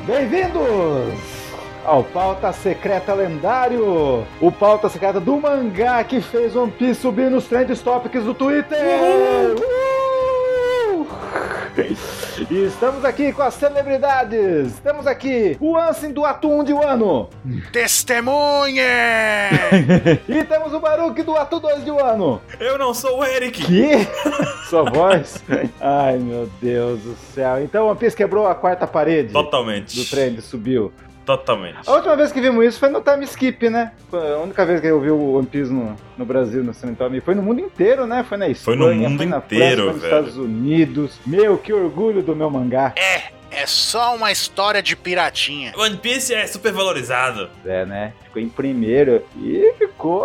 Bem-vindos ao Pauta Secreta Lendário, o Pauta Secreta do mangá que fez One Piece subir nos Trend Topics do Twitter. E estamos aqui com as celebridades. Temos aqui o Ansem do Atum de Wano. Testemunha! E temos o Baruch do Atu 2 de Wano. Eu não sou o Eric. Que? Sua voz? Ai, meu Deus do céu. Então One Piece quebrou a quarta parede. Totalmente. Do trem, subiu. Totalmente. A última vez que vimos isso foi no Time Skip, né? Foi a única vez que eu vi o One Piece no Brasil, no cinema. E foi no mundo inteiro, né? Foi na Espanha, foi no mundo na inteiro, França, foi nos Estados Unidos. Meu, que orgulho do meu mangá. É só uma história de piratinha. One Piece é super valorizado. É, né? Ficou em primeiro e ficou...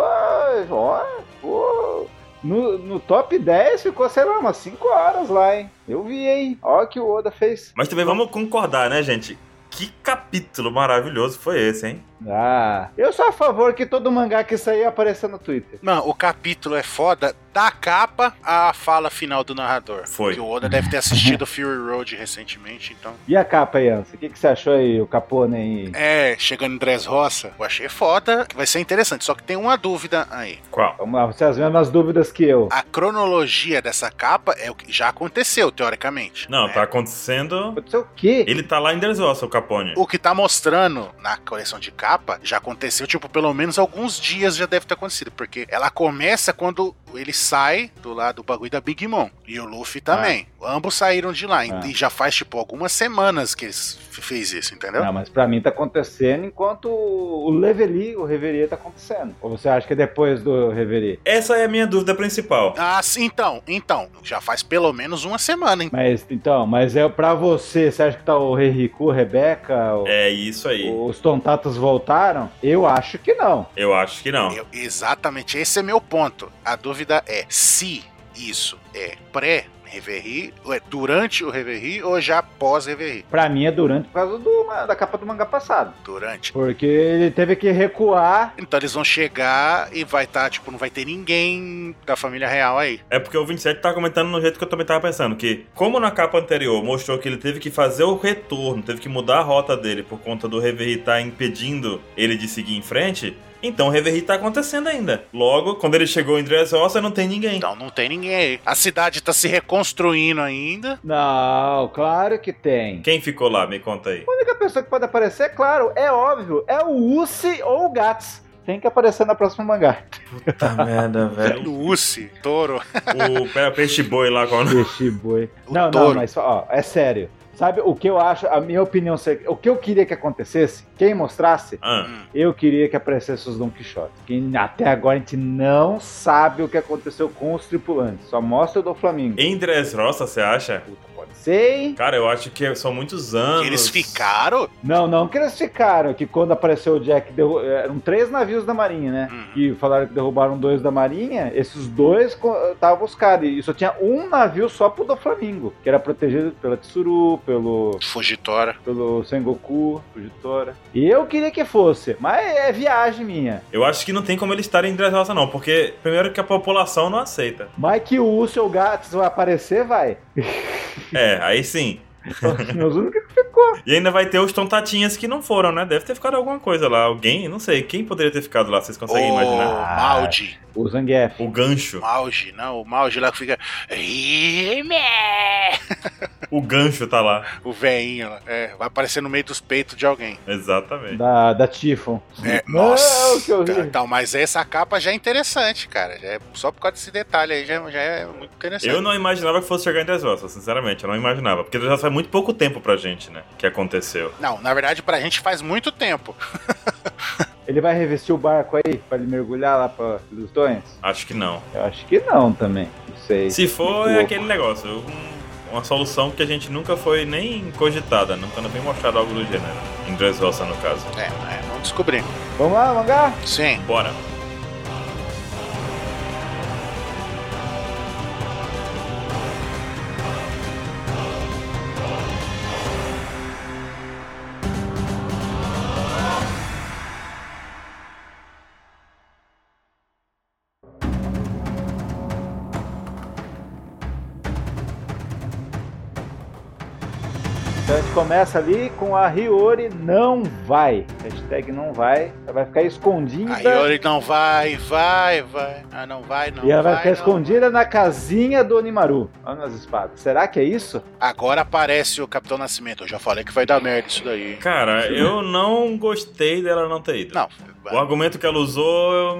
Ó, ficou... No top 10 ficou, sei lá, umas 5 horas lá, hein? Eu vi, hein? Ó o que o Oda fez. Mas também vamos concordar, né, gente? Que capítulo maravilhoso foi esse, hein? Ah, eu sou a favor que todo mangá que sair apareça no Twitter. Não, o capítulo é foda da capa à fala final do narrador. Foi. Que o Oda deve ter assistido Fury Road recentemente, então... E a capa aí, Anson? O que você achou aí, o Capone aí? Chegando em Dressrosa, eu achei foda, que vai ser interessante, só que tem uma dúvida aí. Qual? Vamos lá, você tem as mesmas dúvidas que eu. A cronologia dessa capa é o que já aconteceu, teoricamente. Não, né? tá acontecendo... Aconteceu o quê? Ele tá lá em Dressrosa, o Capone. O que tá mostrando na coleção de capa já aconteceu, tipo, pelo menos alguns dias já deve ter acontecido, porque ela começa quando ele sai do lado do bagulho da Big Mom, e o Luffy também. Ambos saíram de lá, e já faz, tipo, algumas semanas que eles fez isso, entendeu? Não, mas pra mim tá acontecendo enquanto o Reverie tá acontecendo. Ou você acha que é depois do Reverie? Essa é a minha dúvida principal. Ah, sim, então, já faz pelo menos uma semana, hein? Mas é pra você acha que tá o Reihiko, Rebeca? É isso aí. Os Tontatos voltaram? Eu acho que não. Eu acho que não. Exatamente, esse é meu ponto. A dúvida é se isso é pré-Reverie, ou é durante o Reverie ou já pós-Reverie? Pra mim é durante por causa da capa do mangá passado. Durante. Porque ele teve que recuar. Então eles vão chegar e vai estar, tipo, não vai ter ninguém da família real aí. É porque o 27 tá comentando no jeito que eu também tava pensando, que como na capa anterior mostrou que ele teve que fazer o retorno, teve que mudar a rota dele por conta do Reverie tá impedindo ele de seguir em frente, então o Reverie tá acontecendo ainda. Logo, quando ele chegou em Dressrosa, não tem ninguém. Então não tem ninguém aí. A cidade tá se reconstruindo ainda. Não, claro que tem. Quem ficou lá? Me conta aí. A única pessoa que pode aparecer, claro, é óbvio, é o Uzi ou o Gats. Tem que aparecer na próxima mangá. Puta merda, velho. O Uzi, touro. O peixe-boi lá. Peixe-boi. Não, touro. mas ó, é sério. Sabe o que eu acho, a minha opinião, o que eu queria que acontecesse, quem mostrasse, eu queria que aparecesse os Don Quixote. Que até agora a gente não sabe o que aconteceu com os tripulantes, só mostra o do Flamengo. Em Dressrosa, você acha? Pode ser, hein? Cara, eu acho que são muitos anos. Que eles ficaram? Não que eles ficaram, que quando apareceu o Jack, eram 3 navios da marinha, né? E falaram que derrubaram 2 da marinha, esses 2 estavam buscados, e só tinha um navio só pro do Flamengo, que era protegido pela Tsuru, pelo Sengoku, Fujitora. E eu queria que fosse, mas é viagem minha. Eu acho que não tem como eles estarem em Dressrosa não, porque primeiro que a população não aceita. Mas que o Uso ou o Gats vai aparecer, vai. Aí sim. Os únicos que ficou. E ainda vai ter os tontatinhas que não foram, né? Deve ter ficado alguma coisa lá. Alguém, não sei. Quem poderia ter ficado lá? Vocês conseguem imaginar? O Maldi. O Zangief. O gancho. O Maldi lá que fica... O gancho tá lá. O veinho lá. Vai aparecer no meio dos peitos de alguém. Exatamente. Da Tifon. Nossa. Que eu vi. Então, mas essa capa já é interessante, cara. Já é, só por causa desse detalhe aí já é muito interessante. Eu não imaginava que fosse chegar em Dressrosa, sinceramente. Eu não imaginava. Porque Dressrosa faz muito pouco tempo pra gente, né? Que aconteceu. Não, na verdade, pra gente faz muito tempo. Ele vai revestir o barco aí pra ele mergulhar lá para os Tonhos? Acho que não. Eu acho que não também. Não sei. Se for, é aquele negócio. Uma solução que a gente nunca foi nem cogitada. Nunca nem mostrado algo do gênero. Em Dressrosa, no caso. Vamos descobrir. Vamos lá, mangá? Sim. Bora. Então a gente começa ali com a Hiyori não vai. Hashtag não vai. Ela vai ficar escondida. A Hiyori não vai. Ah, não vai. E ela vai ficar escondida na casinha do Onimaru. Olha as espadas. Será que é isso? Agora aparece o Capitão Nascimento. Eu já falei que vai dar merda isso daí. Cara, eu não gostei dela não ter ido. Não. O argumento que ela usou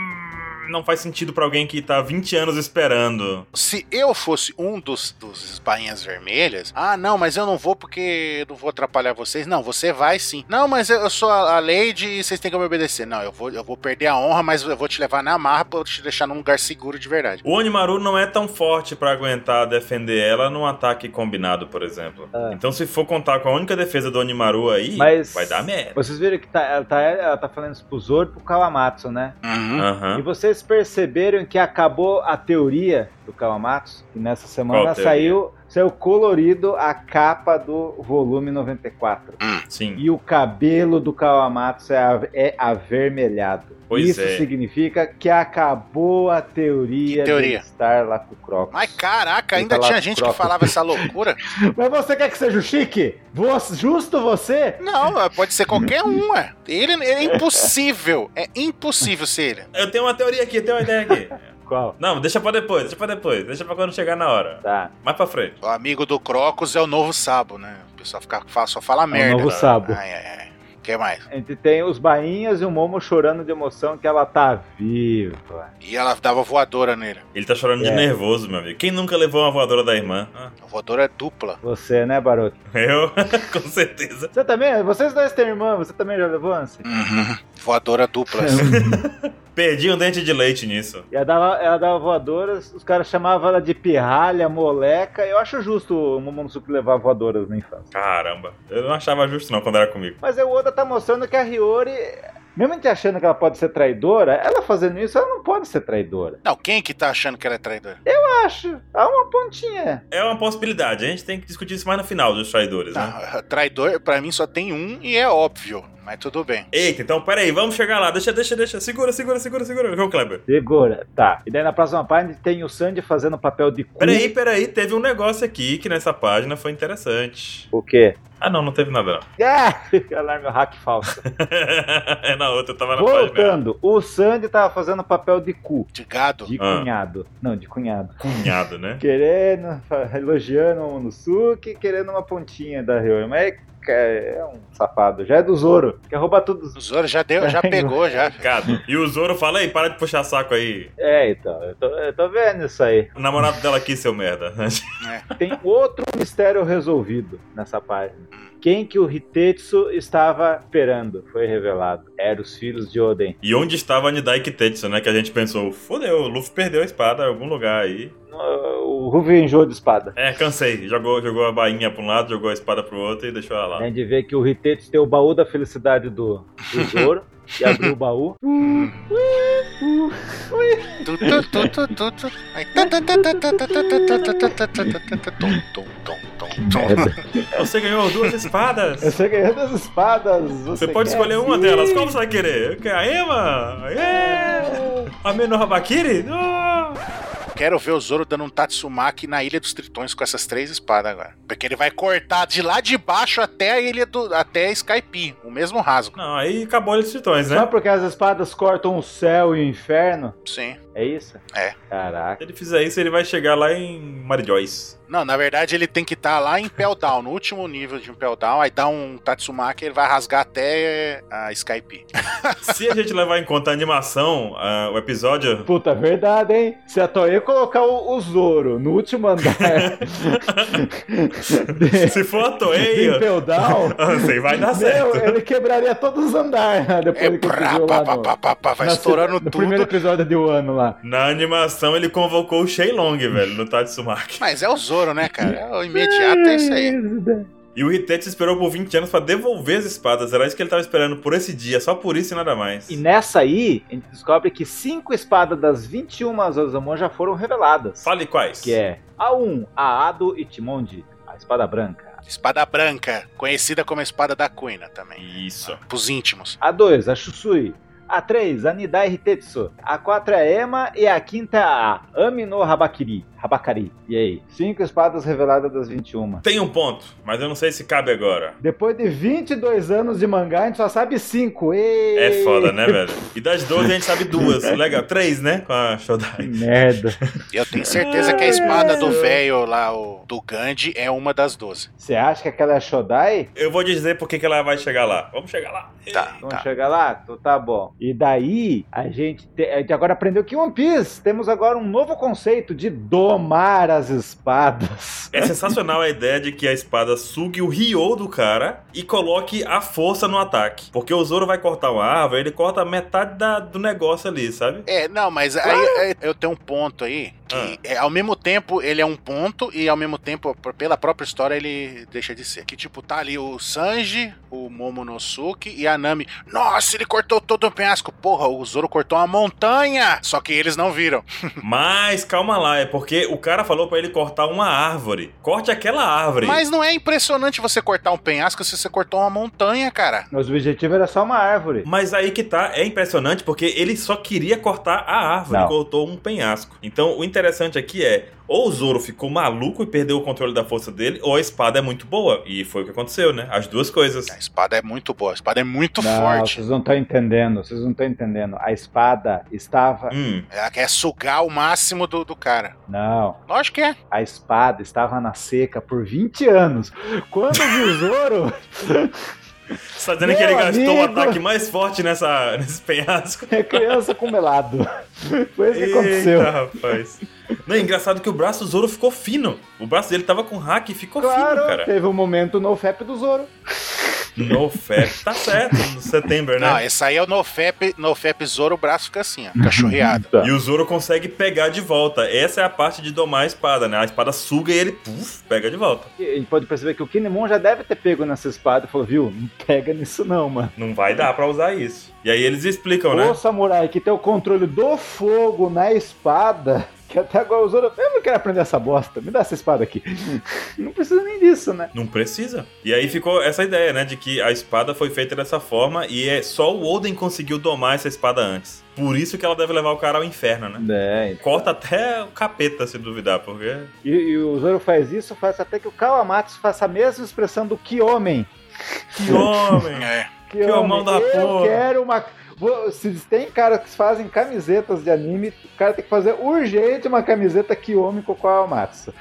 não faz sentido pra alguém que tá 20 anos esperando. Se eu fosse um dos bainhas vermelhas, não, mas eu não vou porque eu não vou atrapalhar vocês. Não, você vai sim. Não, mas eu sou a Lady e vocês têm que me obedecer. Não, eu vou perder a honra, mas eu vou te levar na marra pra eu te deixar num lugar seguro de verdade. O Onimaru não é tão forte pra aguentar defender ela num ataque combinado, por exemplo. Então se for contar com a única defesa do Onimaru aí, vai dar merda. Vocês viram que ela tá falando isso pro Zoro e pro Kawamatsu, né? Uhum. E vocês perceberam que acabou a teoria do Kawamatsu? E nessa semana saiu colorido a capa do volume 94. Sim. E o cabelo do Kawamatsu é avermelhado. Pois Isso significa que acabou a teoria de estar lá com o Crocus. Mas caraca, ainda tinha gente que falava essa loucura. Mas você quer que seja o Chique? Justo você? Não, pode ser qualquer um, ué. Ele é impossível. É impossível ser ele. Eu tenho uma teoria aqui, eu tenho uma ideia aqui. Qual? Não, deixa pra depois. Deixa pra quando chegar na hora. Tá. Mais pra frente. O amigo do Crocus é o novo Sabo, né? O pessoal só fala merda. O novo Sabo. Ai. O que mais? A gente tem os bainhas e o Momo chorando de emoção que ela tá viva. E ela dava voadora nele. Ele tá chorando de nervoso, meu amigo. Quem nunca levou uma voadora da irmã? A voadora é dupla. Você, né, Baroto? Eu? Com certeza. Você também? Vocês dois têm irmã, você também já levou, Ansem? Voadora dupla. Perdi um dente de leite nisso. E ela dava voadoras, os caras chamavam ela de pirralha, moleca. Eu acho justo o Momonosuke levar voadoras na infância. Caramba, eu não achava justo não quando era comigo. Mas o Oda tá mostrando que a Hiyori, mesmo a gente achando que ela pode ser traidora, ela fazendo isso, ela não pode ser traidora. Não, quem que tá achando que ela é traidora? Eu acho. Há uma pontinha. É uma possibilidade, a gente tem que discutir isso mais no final dos traidores, né? Não, traidor, pra mim, só tem um e é óbvio. Mas tudo bem. Eita, então peraí, vamos chegar lá. Deixa. Segura. Vem o Kleber. Segura, tá. E daí na próxima página tem o Sandy fazendo o papel de cu. Peraí, teve um negócio aqui que nessa página foi interessante. O quê? Não teve nada não. Alarme hack falso. É na outra, eu tava na página. Voltando, o Sandy tava fazendo o papel de cu. De gado? De cunhado. Não, de cunhado. Cunhado, né? Elogiando o Momonosuke, querendo uma pontinha da Hiyori. Mas é um safado. Já é do Zoro. Quer roubar tudo. O Zoro já pegou, já. E o Zoro fala aí, para de puxar saco aí. Então, eu tô vendo isso aí. O namorado dela aqui, seu merda. Tem outro mistério resolvido nessa página. Quem que o Hitetsu estava esperando foi revelado. Eram os filhos de Oden. E onde estava a Nidai Kitetsu, né? Que a gente pensou, fodeu, o Luffy perdeu a espada em algum lugar aí. O Ruffy enjoou de espada. Cansei. Jogou a bainha pra um lado, jogou a espada pro outro e deixou ela lá. A gente vê que o Hitetsu tem o baú da felicidade do Zoro. E abriu o baú. Você ganhou 2 espadas. Você ganhou 2 espadas. Você pode escolher uma delas. Qual você vai querer? A Ema? A Meno Habakiri? Quero ver o Zoro dando um Tatsumaki na Ilha dos Tritões com essas 3 espadas agora. Porque ele vai cortar de lá de baixo até a ilha até a Skype, o mesmo rasgo. Não, aí acabou a Ilha dos Tritões, né? Só porque as espadas cortam o céu e o inferno? Sim. É isso? É. Caraca. Se ele fizer isso, ele vai chegar lá em Mary Joyce. Não, na verdade ele tem que estar lá em Impel Down, no último nível de Impel Down, aí dá um Tatsumaki e ele vai rasgar até a Skype. Se a gente levar em conta a animação, o episódio... Puta, verdade, hein? Se a Toei colocar o Zoro no último andar... Se for a Toei... Impel Down... Sei, vai dar certo. Ele quebraria todos os andares, né? Depois que ele lá vai estourando tudo. No primeiro episódio de Wano lá. Na animação ele convocou o Shenlong, velho, no Tatsumaki. Mas é o Zoro, né, cara? O imediato é isso aí. E o Hitetsu esperou por 20 anos pra devolver as espadas. Era isso que ele tava esperando por esse dia, só por isso e nada mais. E nessa aí, a gente descobre que 5 espadas das 21 Azazomon já foram reveladas. Fale quais. Que é a 1, a Ado Ichimonji, a espada branca. Espada branca, conhecida como a espada da Kuina também. Isso. Pros íntimos. A 2, a Shusui. A 3, a Nidai Hitetsu. A 4 é a Ema e a 5ª é a Ami no Habakiri. Habakari. E aí? 5 espadas reveladas das 21. Tem um ponto, mas eu não sei se cabe agora. Depois de 22 anos de mangá, a gente só sabe 5. É foda, né, velho? E das 12 a gente sabe 2. Legal. 3, né? Com a Shodai. Merda. Eu tenho certeza que a espada do velho lá, do Gandhi, é uma das 12. Você acha que aquela é a Shodai? Eu vou dizer por que ela vai chegar lá. Vamos chegar lá. Tá. Vamos chegar lá? Então tá bom. E daí, a gente agora aprendeu que One Piece, temos agora um novo conceito de domar as espadas. É sensacional a ideia de que a espada sugue o Ryo do cara e coloque a força no ataque. Porque o Zoro vai cortar uma árvore, ele corta metade do negócio ali, sabe? Não, mas aí eu tenho um ponto aí que ao mesmo tempo ele é um ponto e ao mesmo tempo, pela própria história, ele deixa de ser. Que tipo, tá ali o Sanji, o Momonosuke e a Nami. Nossa, ele cortou todo o penhasco. Porra, o Zoro cortou uma montanha. Só que eles não viram. Mas calma lá, é porque o cara falou pra ele cortar uma árvore. Corte aquela árvore. Mas não é impressionante você cortar um penhasco se você cortou uma montanha, cara. Mas o objetivo era só uma árvore. Mas aí que tá, é impressionante porque ele só queria cortar a árvore e cortou um penhasco. Então o interessante aqui é, ou o Zoro ficou maluco e perdeu o controle da força dele, ou a espada é muito boa. E foi o que aconteceu, né? As duas coisas. A espada é muito boa, a espada é muito forte. Vocês não estão entendendo, A espada estava... Ela quer sugar o máximo do cara. Não. Lógico que é. A espada estava na seca por 20 anos. Quando viu o Zoro... Você tá dizendo que ele gastou o ataque mais forte nesse penhasco? É criança com melado. Foi isso que aconteceu. Rapaz. Não, é engraçado que o braço do Zoro ficou fino. O braço dele tava com hack e ficou fino, cara. Teve um momento no FAP do Zoro. No FAP, tá certo, no setembro, né? Não, esse aí é o no FAP Zoro, o braço fica assim, ó, cachorreado. E o Zoro consegue pegar de volta. Essa é a parte de domar a espada, né? A espada suga e ele, pega de volta. E a gente pode perceber que o Kinemon já deve ter pego nessa espada e falou, viu, não pega nisso não, mano. Não vai dar pra usar isso. E aí eles explicam, né? O samurai que tem o controle do fogo na espada... Que até agora o Zoro, eu não quero aprender essa bosta, me dá essa espada aqui. Não precisa nem disso, né? Não precisa. E aí ficou essa ideia, né, de que a espada foi feita dessa forma e só o Oden conseguiu domar essa espada antes. Por isso que ela deve levar o cara ao inferno, né? Então. Corta até o capeta, se duvidar, porque... E o Zoro faz isso, faz até que o Kawamatsu faça a mesma expressão do que homem. Que homem! Que homem da porra! Eu quero uma... Se tem caras que fazem camisetas de anime, o cara tem que fazer urgente uma camiseta Kiyomi com o Kawamatsu.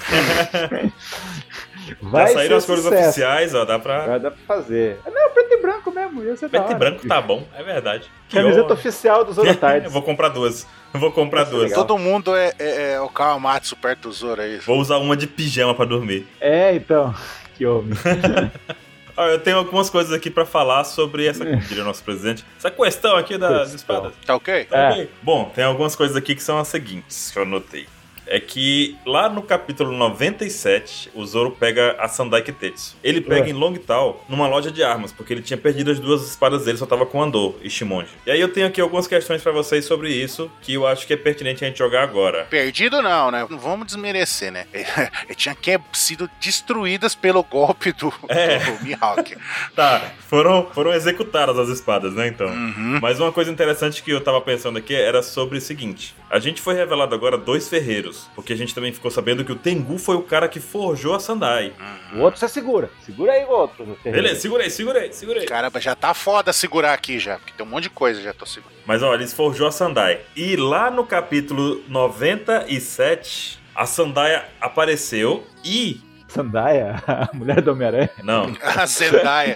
Já saíram as cores oficiais, ó, dá pra fazer. Não, preto e branco mesmo, ia ser da hora. Preto e branco tá bom, é verdade. Camiseta oficial dos Zorotards. Eu vou comprar duas. Todo mundo é o Kawamatsu perto do Zoro, é isso? Vou usar uma de pijama pra dormir. Então, Kiyomi. Eu tenho algumas coisas aqui pra falar sobre essa, diria o nosso presidente, essa questão aqui das espadas. Tá ok? Ok. Bom, tem algumas coisas aqui que são as seguintes, que eu anotei. É que lá no capítulo 97, o Zoro pega a Sandai Kitetsu. Ele pega em Long Tal, numa loja de armas, porque ele tinha perdido as duas espadas dele, só tava com Ando e Shimonji. E aí eu tenho aqui algumas questões pra vocês sobre isso, que eu acho que é pertinente a gente jogar agora. Perdido não, né? Não vamos desmerecer, né? Ele tinha sido destruídas pelo golpe do Mihawk. Tá, foram executadas as espadas, né, então. Mas uma coisa interessante que eu tava pensando aqui era sobre o seguinte. A gente foi revelado agora 2 ferreiros, porque a gente também ficou sabendo que o Tengu foi o cara que forjou a Sandai. O outro você segura. Segura aí o outro. Beleza, segura aí. Caramba, já tá foda segurar aqui já, porque tem um monte de coisa, já tô segurando. Mas olha, eles forjou a Sandai. E lá no capítulo 97, a Sandai apareceu e... Sandaia? A mulher do Homem-Aranha? Não. A Zendaya.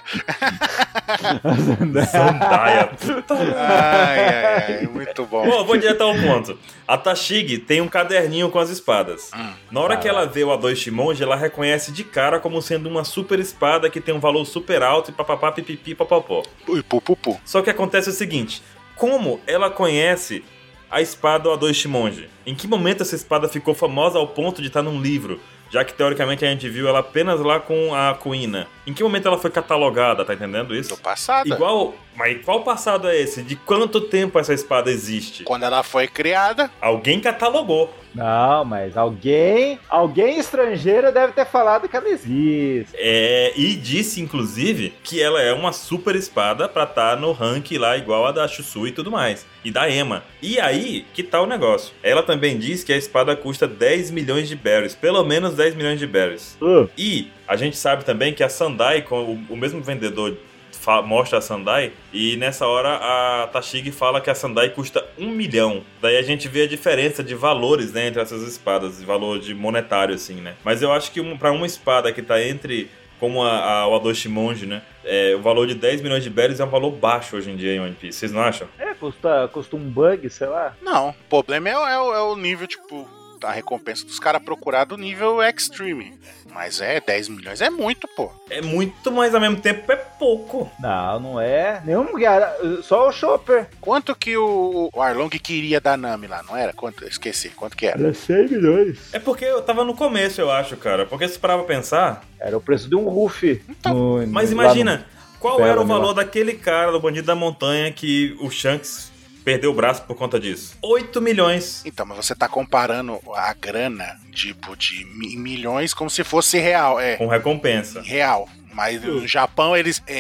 Sandaia. Ai, muito bom. Bom, vou direto ao ponto. A Tashigi tem um caderninho com as espadas. Na hora que ela vê o A2 Shimonji, ela reconhece de cara como sendo uma super espada que tem um valor super alto e papapá, pipipi, papapó. Só que acontece o seguinte, como ela conhece a espada A2 Shimonji? Em que momento essa espada ficou famosa ao ponto de estar num livro? Já que, teoricamente, a gente viu ela apenas lá com a Kuina. Em que momento ela foi catalogada, tá entendendo isso? Do passado. Igual Mas qual passado é esse? De quanto tempo essa espada existe? Quando ela foi criada. Alguém catalogou. Não, mas alguém estrangeiro deve ter falado que ela existe. E disse, inclusive, que ela é uma super espada pra estar no ranking lá igual a da Shusui e tudo mais. E da Ema. E aí, que tal o negócio? Ela também diz que a espada custa 10 milhões de berries. Pelo menos 10 milhões de berries. E a gente sabe também que a Sandai, com o mesmo vendedor mostra a Sandai, e nessa hora a Tashigi fala que a Sandai custa 1 milhão. Daí a gente vê a diferença de valores, né, entre essas espadas, de valor de monetário, assim, né. Mas eu acho que pra uma espada que tá entre, como o Adoshimonji, né, o valor de 10 milhões de berries é um valor baixo hoje em dia em One Piece, vocês não acham? Custa um bug, sei lá. Não, o problema é o nível, tipo, a recompensa dos caras procurar do nível Extreme. Mas 10 milhões é muito, pô. É muito, mas ao mesmo tempo é pouco. Não é. Nenhum lugar. Só o Chopper. Quanto que o Arlong queria da Nami lá, não era? Esqueci, quanto que era? Era 100 milhões. É porque eu tava no começo, eu acho, cara. Porque se parava pra pensar... Era o preço de um Ruffy. Então, mas imagina, qual era o valor daquele cara do Bandido da Montanha que o Shanks perdeu o braço por conta disso? 8 milhões. Então, mas você tá comparando a grana, tipo, de milhões como se fosse real. Com recompensa. Real. Mas no Japão,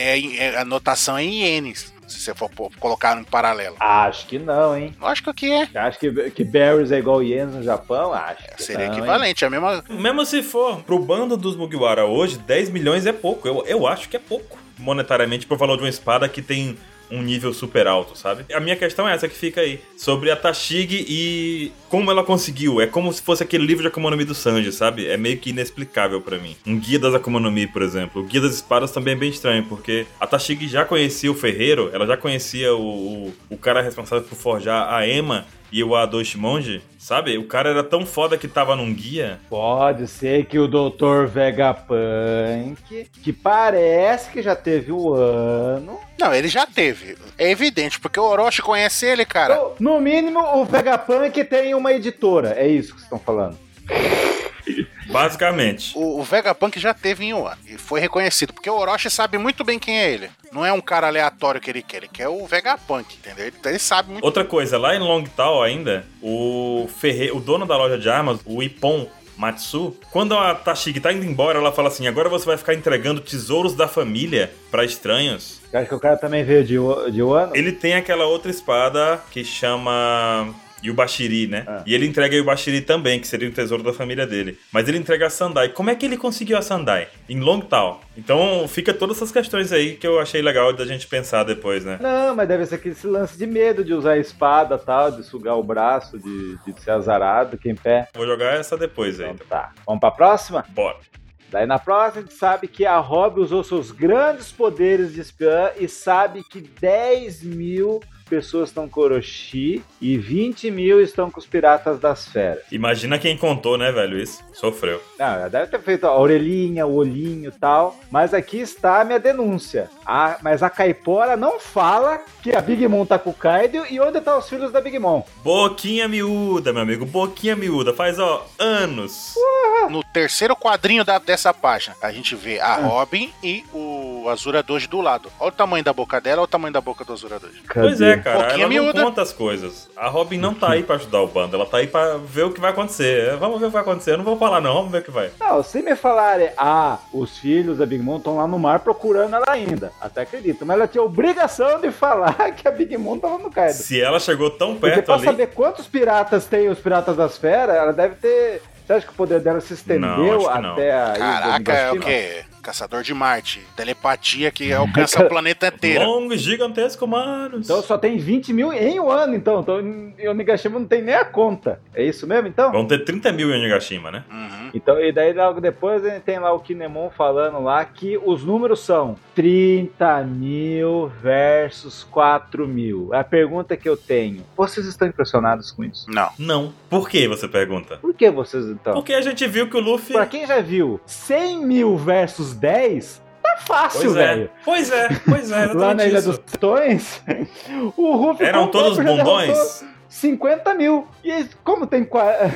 a notação é em ienes, se você for colocar em paralelo. Acho que não, hein? Lógico que é. Acho que berries é igual ienes no Japão? Acho que seria não, equivalente, hein? a mesma... Mesmo se for, pro bando dos Mugiwara hoje, 10 milhões é pouco. Eu acho que é pouco, monetariamente, pro valor de uma espada que tem um nível super alto, sabe? A minha questão é essa que fica aí, sobre a Tashigi e como ela conseguiu. É como se fosse aquele livro de Akuma no Mi do Sanji, sabe? É meio que inexplicável pra mim. Um guia das Akuma no Mi, por exemplo. O guia das espadas também é bem estranho, porque a Tashigi já conhecia o ferreiro, ela já conhecia o cara responsável por forjar a Ema e o Adoshimonji, sabe? O cara era tão foda que tava num guia. Pode ser que o Dr. Vegapunk, que parece que já teve o ano... Não, ele já teve. É evidente, porque o Orochi conhece ele, cara. No mínimo, o Vegapunk tem uma editora. É isso que vocês estão falando. Basicamente. O Vegapunk já teve em um ano e foi reconhecido, porque o Orochi sabe muito bem quem é ele. Não é um cara aleatório que ele quer o Vegapunk, entendeu? Ele sabe muito. Outra coisa, lá em Longtown ainda, o dono da loja de armas, o Ippon Matsu, quando a Tashigi tá indo embora, ela fala assim: agora você vai ficar entregando tesouros da família pra estranhos. Acho que o cara também veio de Wano? Ele tem aquela outra espada que chama Yubashiri, né? E ele entrega Yubashiri também, que seria o tesouro da família dele. Mas ele entrega a Sandai. Como é que ele conseguiu a Sandai? Em Longtown. Então fica todas essas questões aí que eu achei legal da gente pensar depois, né? Não, mas deve ser aquele lance de medo de usar a espada e tal, de sugar o braço, de ser azarado, quem pé. Vou jogar essa depois aí. Então tá. Vamos pra próxima? Bora. Daí na próxima a gente sabe que a Robin usou seus grandes poderes de espiã e sabe que 10 mil pessoas estão com Orochi e 20 mil estão com os Piratas das Feras. Imagina quem contou, né, velho? Isso. Sofreu. Não, ela deve ter feito a orelhinha, o olhinho e tal. Mas aqui está a minha denúncia. Mas a Caipora não fala que a Big Mom tá com o Kaido e onde estão os filhos da Big Mom. Boquinha miúda, meu amigo. Boquinha miúda. Faz, anos. No terceiro quadrinho dessa página, a gente vê a Robin e o Azura Doji do lado. Olha o tamanho da boca dela, olha o tamanho da boca do Azura Doji. Pois é, cara. Boquinha ela miúda. não conta as coisas. A Robin não tá aí pra ajudar o bando. Ela tá aí pra ver o que vai acontecer. Vamos ver o que vai acontecer. Eu não vou falar, não. Vamos ver o que vai. Não, se me falarem, os filhos da Big Mom estão lá no mar procurando ela ainda. Até acredito. Mas ela tinha obrigação de falar que a Big Mom tava no Kaido. Se ela chegou tão Porque perto pra ali... saber quantos piratas tem os Piratas das Feras, ela deve ter... Você acha que o poder dela se estendeu até a ilha? Caraca, é o quê? Caçador de Marte. Telepatia que alcança o planeta inteiro. Longo, gigantesco, mano. Então só tem 20 mil em um ano, então. Então o Onigashima não tem nem a conta. É isso mesmo, então? Vão ter 30 mil em Onigashima, né? Uhum. Então, e daí logo depois a gente tem lá o Kinemon falando lá que os números são 30 mil versus 4 mil. A pergunta que eu tenho, vocês estão impressionados com isso? Não. Não. Por que você pergunta? Por que vocês então? Porque a gente viu que o Luffy... Pra quem já viu 100 mil versus 10, tá fácil, velho. Pois é. Lá na Ilha dos Tritões, o Ruffy... Eram todos bundões? 50 mil. E como tem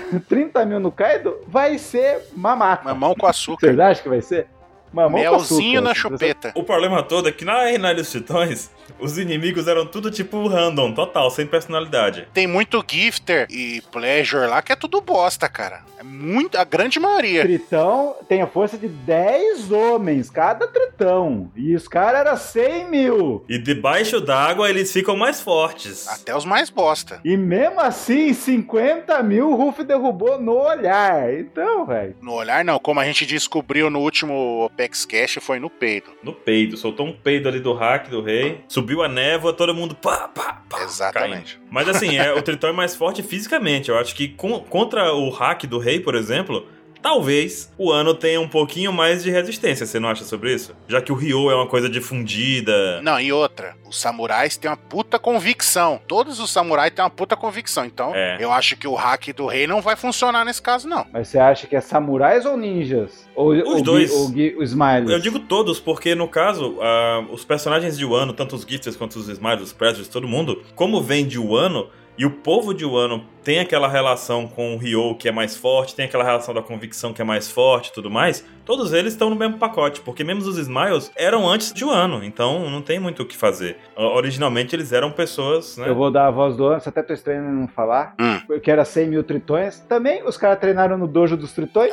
30 mil no Kaido, vai ser mamata. Mamão com açúcar. Vocês acham que vai ser? Mamão Melzinho com açúcar. na chupeta. O problema todo é que na Ilha dos Tritões, Os inimigos eram tudo tipo random, total, sem personalidade. Tem muito Gifter e Pleasure lá que é tudo bosta, cara. É muito, a grande maioria. Tritão tem a força de 10 homens, cada tritão. E os caras eram 100 mil. E debaixo d'água eles ficam mais fortes. Até os mais bosta. E mesmo assim, 50 mil o Ruff derrubou no olhar. Então, velho. No olhar não, como a gente descobriu no último Opex Cash, foi no peido. No peido, soltou um peido ali do hack do rei, subiu a névoa, todo mundo pá, Exatamente. Caindo. Mas assim, o Tritão é mais forte fisicamente. Eu acho que contra o hack do rei, por exemplo, talvez o Ano tenha um pouquinho mais de resistência, você não acha sobre isso? Já que o Ryo é uma coisa difundida. Não, e outra, os samurais têm uma puta convicção. Todos os samurais têm uma puta convicção. Então, eu acho que o hack do rei não vai funcionar nesse caso, não. Mas você acha que é samurais ou ninjas? Ou os dois. O Smiles? Eu digo todos, porque no caso, os personagens de Wano, tanto os Gifters quanto os Smiles, os Predators, todo mundo, como vem de Wano, e o povo de Wano tem aquela relação com o Ryo que é mais forte, tem aquela relação da convicção que é mais forte e tudo mais, todos eles estão no mesmo pacote, porque mesmo os Smiles eram antes de Wano, então não tem muito o que fazer. Originalmente eles eram pessoas, né? Eu vou dar a voz do Ano, você até tô estranho em não falar, porque era 100 mil tritões. Também os caras treinaram no dojo dos tritões.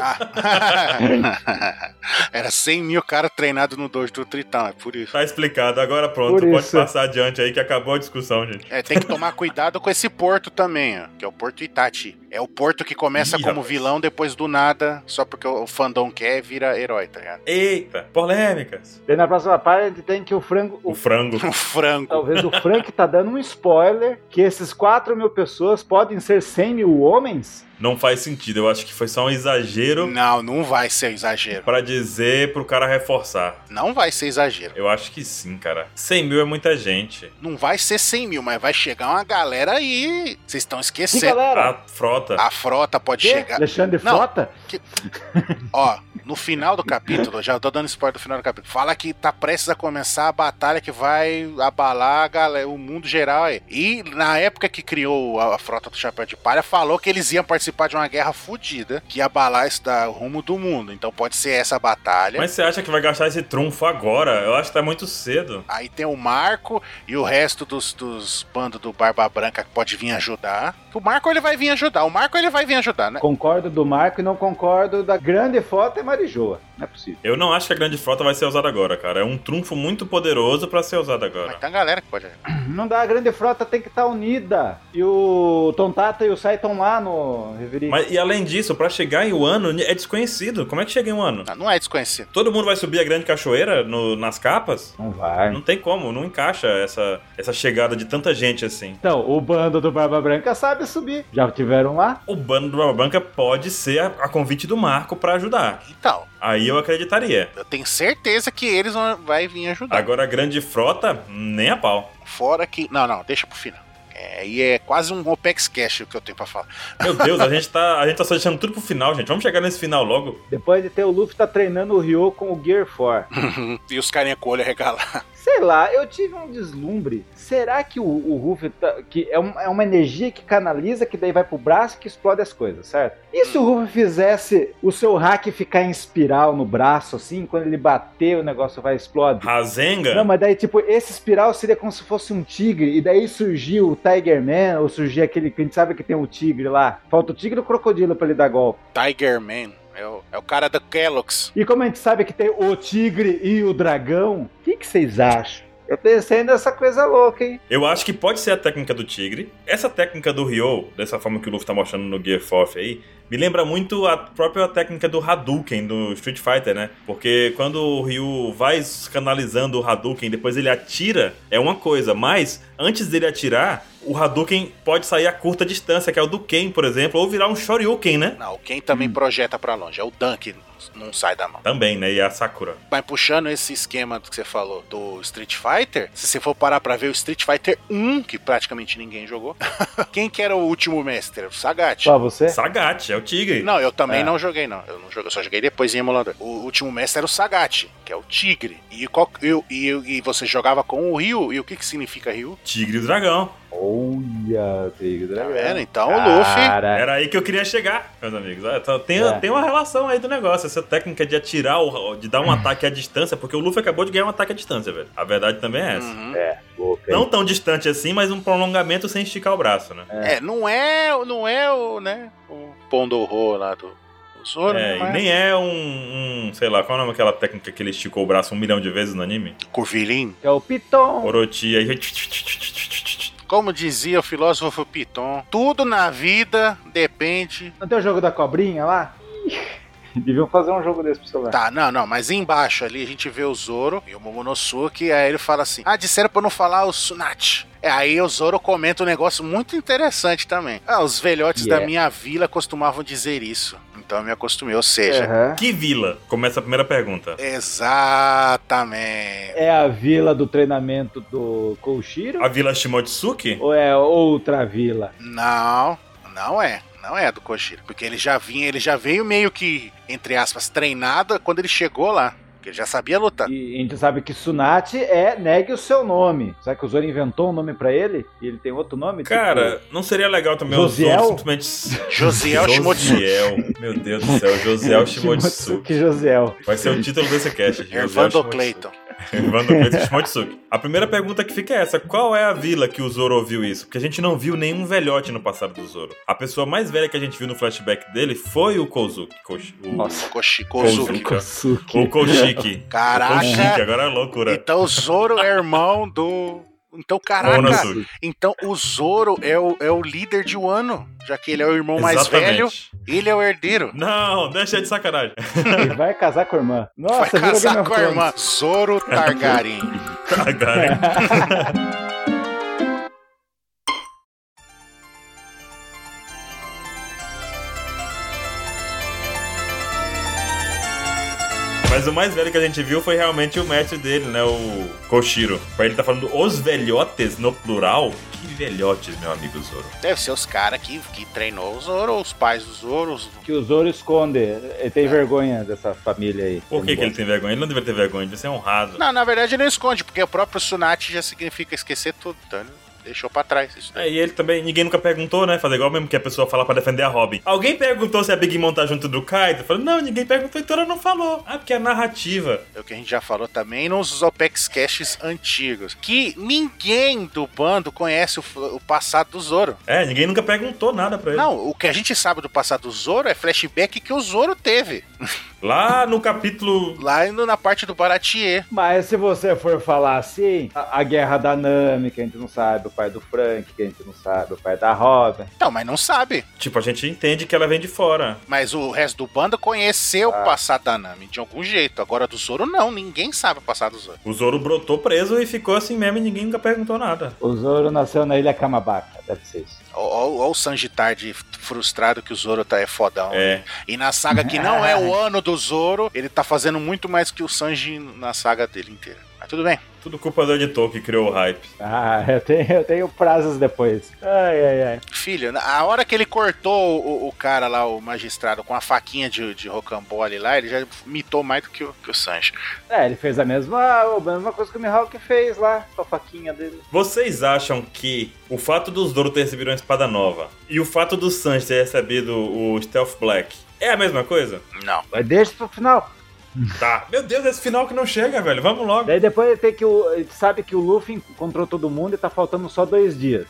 Era 100 mil caras treinados no dojo do tritão, é por isso. Tá explicado, agora pronto, pode passar adiante aí que acabou a discussão, gente. Tem que tomar cuidado com esse porto também, ó, que é o Porto Itachi. É o porto que começa como vilão, depois do nada, só porque o fandom quer, vira herói, tá ligado? Eita, polêmicas. E na próxima parte tem que o frango... O frango. O frango. Talvez o Frank tá dando um spoiler que esses 4 mil pessoas podem ser 100 mil homens? Não faz sentido, eu acho que foi só um exagero. Não vai ser exagero. Pra dizer pro cara reforçar. Não vai ser exagero. Eu acho que sim, cara. 100 mil é muita gente. Não vai ser 100 mil, mas vai chegar uma galera aí. Vocês estão esquecendo. Que galera? A frota. A frota pode chegar. Alexandre Frota? Ó, no final do capítulo, já tô dando spoiler do final do capítulo, fala que tá prestes a começar a batalha que vai abalar a galera, o mundo geral aí. E na época que criou a frota do Chapéu de Palha, falou que eles iam participar de uma guerra fodida que ia abalar o rumo do mundo. Então pode ser essa batalha. Mas você acha que vai gastar esse trunfo agora? Eu acho que tá muito cedo. Aí tem o Marco e o resto dos bandos do Barba Branca que pode vir ajudar. O Marco ele vai vir ajudar. O Marco ele vai vir ajudar, né? Concordo do Marco e não concordo da grande frota e Marijoa. Não é possível. Eu não acho que a grande frota vai ser usada agora, cara. É um trunfo muito poderoso pra ser usado agora. Mas tem a galera que pode ajudar. Não dá, a grande frota tem que estar unida. E o Tontata e o Sai estão lá no Reverie. Mas e além disso, pra chegar em Wano é desconhecido. Como é que chega em Wano? Não é desconhecido. Todo mundo vai subir a grande cachoeira nas capas? Não vai. Não tem como, não encaixa essa chegada de tanta gente assim. Então, o bando do Barba Branca sabe subir. Já tiveram lá? O bando do Barba Branca pode ser a convite do Marco pra ajudar. Então. Aí eu acreditaria. Eu tenho certeza que eles vão vir ajudar. Agora a grande frota, nem a pau. Fora que... Não, deixa pro final. Aí é quase um Opex Cash o que eu tenho pra falar. Meu Deus, a gente tá só deixando tudo pro final, gente. Vamos chegar nesse final logo. Depois de ter o Luffy tá treinando o Ryo com o Gear 4. E os carinha com o olho arregalado. Sei lá, eu tive um deslumbre. Será que o Ruff que é uma energia que canaliza, que daí vai pro braço e que explode as coisas, certo? E se o Ruff fizesse o seu hack ficar em espiral no braço, assim, quando ele bater o negócio vai explodir? Rasengan? Não, mas daí, tipo, esse espiral seria como se fosse um tigre, e daí surgiu o Tiger Man, ou surgiu aquele que a gente sabe que tem um tigre lá. Falta o tigre e o crocodilo pra ele dar golpe. Tiger Man. É o cara da Kellogg's. E como a gente sabe que tem o tigre e o dragão, o que vocês acham? Eu pensei nessa coisa louca, hein? Eu acho que pode ser a técnica do tigre. Essa técnica do Ryo, dessa forma que o Luffy tá mostrando no Gear 4 aí, me lembra muito a própria técnica do Hadouken, do Street Fighter, né? Porque quando o Ryu vai canalizando o Hadouken, depois ele atira, é uma coisa. Mas, antes dele atirar, o Hadouken pode sair a curta distância, que é o do Ken, por exemplo, ou virar um Shoryuken, né? Não, o Ken também projeta pra longe. É o Dan que não sai da mão. Também, né? E a Sakura. Mas puxando esse esquema que você falou do Street Fighter, se você for parar pra ver o Street Fighter 1, que praticamente ninguém jogou, quem que era o último mestre? O Sagat. Só você? Sagat, é o tigre. Não, eu também não joguei, não. Eu não joguei, eu só joguei depois em emulador. O último mestre era o Sagat, que é o tigre. E você jogava com o Ryu. E o que significa Ryu? Tigre e o dragão. Olha, Tigre Tá Dragão. vendo? Então o Luffy... Era aí que eu queria chegar, meus amigos. Tem uma relação aí do negócio. Essa técnica de atirar, de dar um ataque à distância, porque o Luffy acabou de ganhar um ataque à distância, velho. A verdade também é essa. Luffy. Não tão distante assim, mas um prolongamento sem esticar o braço, né? Não é o, né, o Pondorô lá do Zoro, E nem é sei lá, qual é o nome daquela técnica que ele esticou o braço 1 milhão de vezes no anime? Curvilin. Que é o Piton. Orochi, aí... Como dizia o filósofo Piton, tudo na vida depende... Não tem o jogo da cobrinha lá? Deviam fazer um jogo desse pro celular. Tá, não, mas embaixo ali a gente vê o Zoro e o Momonosuke, aí ele fala assim, disseram pra eu não falar o Tsunade. Aí o Zoro comenta um negócio muito interessante também. Os velhotes da minha vila costumavam dizer isso, então eu me acostumei, ou seja... Que vila? Começa a primeira pergunta. Exatamente. É a vila do treinamento do Koshiro? A vila Shimotsuki? Ou é outra vila? Não é. Não é a do Koshiro, porque ele já veio meio que, entre aspas, treinado quando ele chegou lá, porque ele já sabia lutar. E a gente sabe que Tsunade é negue o seu nome. Será que o Zoro inventou um nome pra ele? E ele tem outro nome? Cara, não seria legal também Josiel? o Zoro simplesmente... Josiel Shimotsuki. Meu Deus do céu, Josiel Shimotsuki. Josiel. Vai ser o título desse cast. Evandro Clayton. Evandro Clayton Shimotsuki. A primeira pergunta que fica é essa: qual é a vila que o Zoro ouviu isso? Porque a gente não viu nenhum velhote no passado do Zoro. A pessoa mais velha que a gente viu no flashback dele foi o Kozuki. Nossa, Kozuki. O Koshiki. Caraca. O Koshiki, agora é loucura. Então o Zoro é irmão do... Então, caraca, então o Zoro é o líder de Wano, já que ele é o irmão mais velho, ele é o herdeiro. Não, deixa de sacanagem. Ele vai casar com a irmã. Nossa, vai casar com a irmã. Zoro Targaryen. Targaryen. Mas o mais velho que a gente viu foi realmente o mestre dele, né? O Koshiro. Ele tá falando os velhotes no plural. Que velhotes, meu amigo Zoro? Deve ser os caras que treinou o Zoro, os pais do Zoro. Que o Zoro esconde. Ele tem vergonha dessa família aí. Por que ele tem vergonha? Ele não deveria ter vergonha, ele deve ser honrado. Não, na verdade ele não esconde, porque o próprio Tsunade já significa esquecer tudo, então ele deixou pra trás isso daí. E ele também, ninguém nunca perguntou, né? Fazer igual mesmo que a pessoa fala pra defender a Robin. Alguém perguntou se a Big Mom tá junto do Kaido? Falei, não, ninguém perguntou, então ela não falou. Porque é narrativa. É o que a gente já falou também nos Opex Casts antigos. Que ninguém do bando conhece o passado do Zoro. Ninguém nunca perguntou nada pra ele. Não, o que a gente sabe do passado do Zoro é flashback que o Zoro teve. Lá no capítulo... Lá na parte do Baratier. Mas se você for falar assim, a guerra da Nami, que a gente não sabe, o pai do Frank, que a gente não sabe, o pai da Robin. Não, mas não sabe. Tipo, a gente entende que ela vem de fora. Mas o resto do bando conheceu o passado da Nami, de algum jeito. Agora do Zoro, não. Ninguém sabe o passado do Zoro. O Zoro brotou preso e ficou assim mesmo e ninguém nunca perguntou nada. O Zoro nasceu na Ilha Kamabaka, deve ser isso. Olha o Sanji Tarde frustrado que o Zoro é fodão. É. E na saga que não é o ano do Zoro, ele tá fazendo muito mais que o Sanji na saga dele inteira. Mas tudo bem. Tudo culpa do editor que criou o hype. Eu tenho frases depois. Ai. Filho, a hora que ele cortou o cara lá, o magistrado, com a faquinha de rocambole lá, ele já mitou mais do que o Sanji. Ele fez a mesma coisa que o Mihawk fez lá, com a faquinha dele. Vocês acham que o fato do Zoro ter recebido uma espada nova e o fato do Sanji ter recebido o Stealth Black é a mesma coisa? Não. Mas deixa pro final. Tá. Meu Deus, esse final que não chega, velho. Vamos logo. Daí depois ele sabe que o Luffy encontrou todo mundo e tá faltando só 2 dias.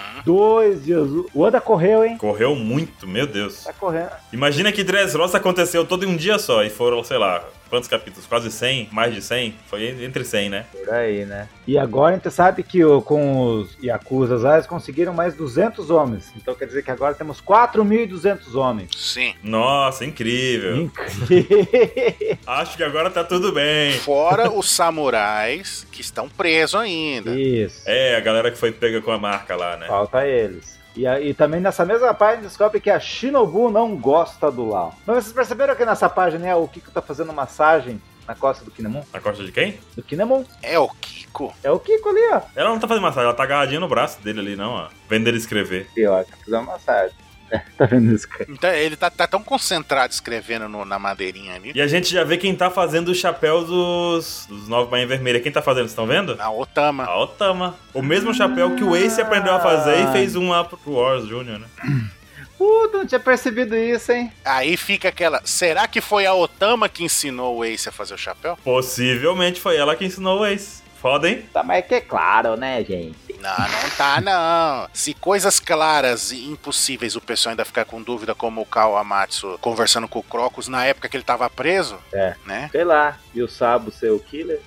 2 dias. O Oda correu, hein? Correu muito, meu Deus. Tá correndo. Imagina que Dressrosa aconteceu todo em um dia só e foram, sei lá, quantos capítulos? Quase 100? Mais de 100? Foi entre 100, né? Por aí, né? E agora a gente sabe que com os Yakuzas lá, eles conseguiram mais 200 homens. Então quer dizer que agora temos 4.200 homens. Sim. Nossa, incrível. Incrível. Acho que agora tá tudo bem. Fora os samurais que estão presos ainda. Isso. A galera que foi pega com a marca lá, né? Falta eles. E também nessa mesma página descobre que a Shinobu não gosta do Lau. Mas vocês perceberam que nessa página, né, o Kiko tá fazendo massagem na costa do Kinemon? Na costa de quem? Do Kinemon. É o Kiko. É o Kiko ali, ó. Ela não tá fazendo massagem, ela tá agarradinha no braço dele ali, não, ó. Vendo ele escrever. Pior, tá fazendo massagem. Tá vendo isso, cara? Então ele tá tão concentrado escrevendo na madeirinha ali. E a gente já vê quem tá fazendo os chapéus dos 9 Bainha Vermelha. Quem tá fazendo, vocês estão vendo? A Otama. A Otama. O mesmo chapéu que o Ace aprendeu a fazer e fez um lá pro Wars Jr., né? Puta, não tinha percebido isso, hein? Aí fica aquela... Será que foi a Otama que ensinou o Ace a fazer o chapéu? Possivelmente foi ela que ensinou o Ace. Foda, hein? Tá mais que claro, né, gente? Não tá, não. Se coisas claras e impossíveis o pessoal ainda ficar com dúvida, como o Kawamatsu conversando com o Crocus na época que ele tava preso, né? Sei lá, e o Sabo ser o killer?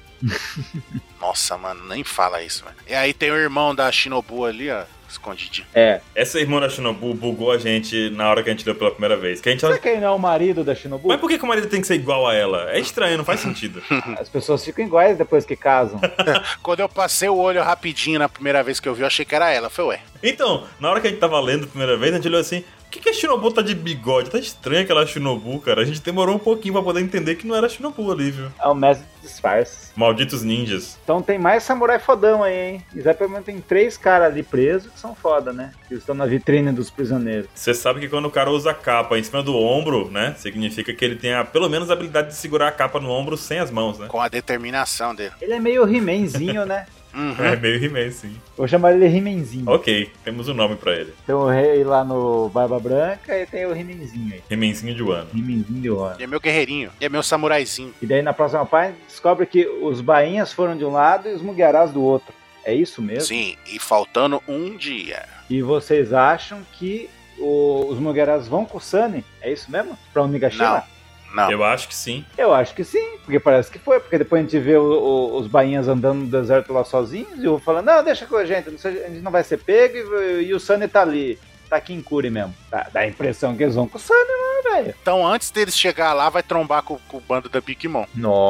Nossa, mano, nem fala isso, mano. E aí tem o irmão da Shinobu ali, ó, escondidinho. Essa irmã da Shinobu bugou a gente na hora que a gente deu pela primeira vez. Que a gente... Será que ele não é o marido da Shinobu? Mas por que o marido tem que ser igual a ela? É estranho, não faz sentido. As pessoas ficam iguais depois que casam. Quando eu passei o olho rapidinho na primeira vez que eu vi, eu achei que era ela. Foi, ué. Então, na hora que a gente tava lendo a primeira vez, a gente olhou assim... Por que a Shinobu tá de bigode? Tá estranha aquela Shinobu, cara. A gente demorou um pouquinho pra poder entender que não era Shinobu ali, viu? É o mestre dos disfarces. Malditos ninjas. Então tem mais samurai fodão aí, hein? Exatamente, tem 3 caras ali presos que são foda, né? Que estão na vitrine dos prisioneiros. Você sabe que quando o cara usa a capa em cima do ombro, né? Significa que ele tem pelo menos a habilidade de segurar a capa no ombro sem as mãos, né? Com a determinação dele. Ele é meio He-Manzinho, né? Uhum. É meio He-Man, sim. Vou chamar ele de He-Manzinho. Ok, temos um nome pra ele. Tem o rei lá no Barba Branca e tem o He-Manzinho aí. He-Manzinho de Wano. He-Manzinho de Wano. Ele é meu guerreirinho. Ele é meu samuraizinho. E daí na próxima página descobre que os bainhas foram de um lado e os Mugiarás do outro. É isso mesmo? Sim, e faltando um dia. E vocês acham que os Mugiarás vão com o Sunny? É isso mesmo? Pra Onigashima? Não. Eu acho que sim. Eu acho que sim, porque parece que foi. Porque depois a gente vê os bainhas andando no deserto lá sozinhos e o falando, não, deixa com a gente não vai ser pego e o Sunny tá ali. Tá aqui em Curi mesmo. Dá a impressão que eles vão com o Sunny, né, velho? Então antes deles chegar lá, vai trombar com o bando da Big Mom.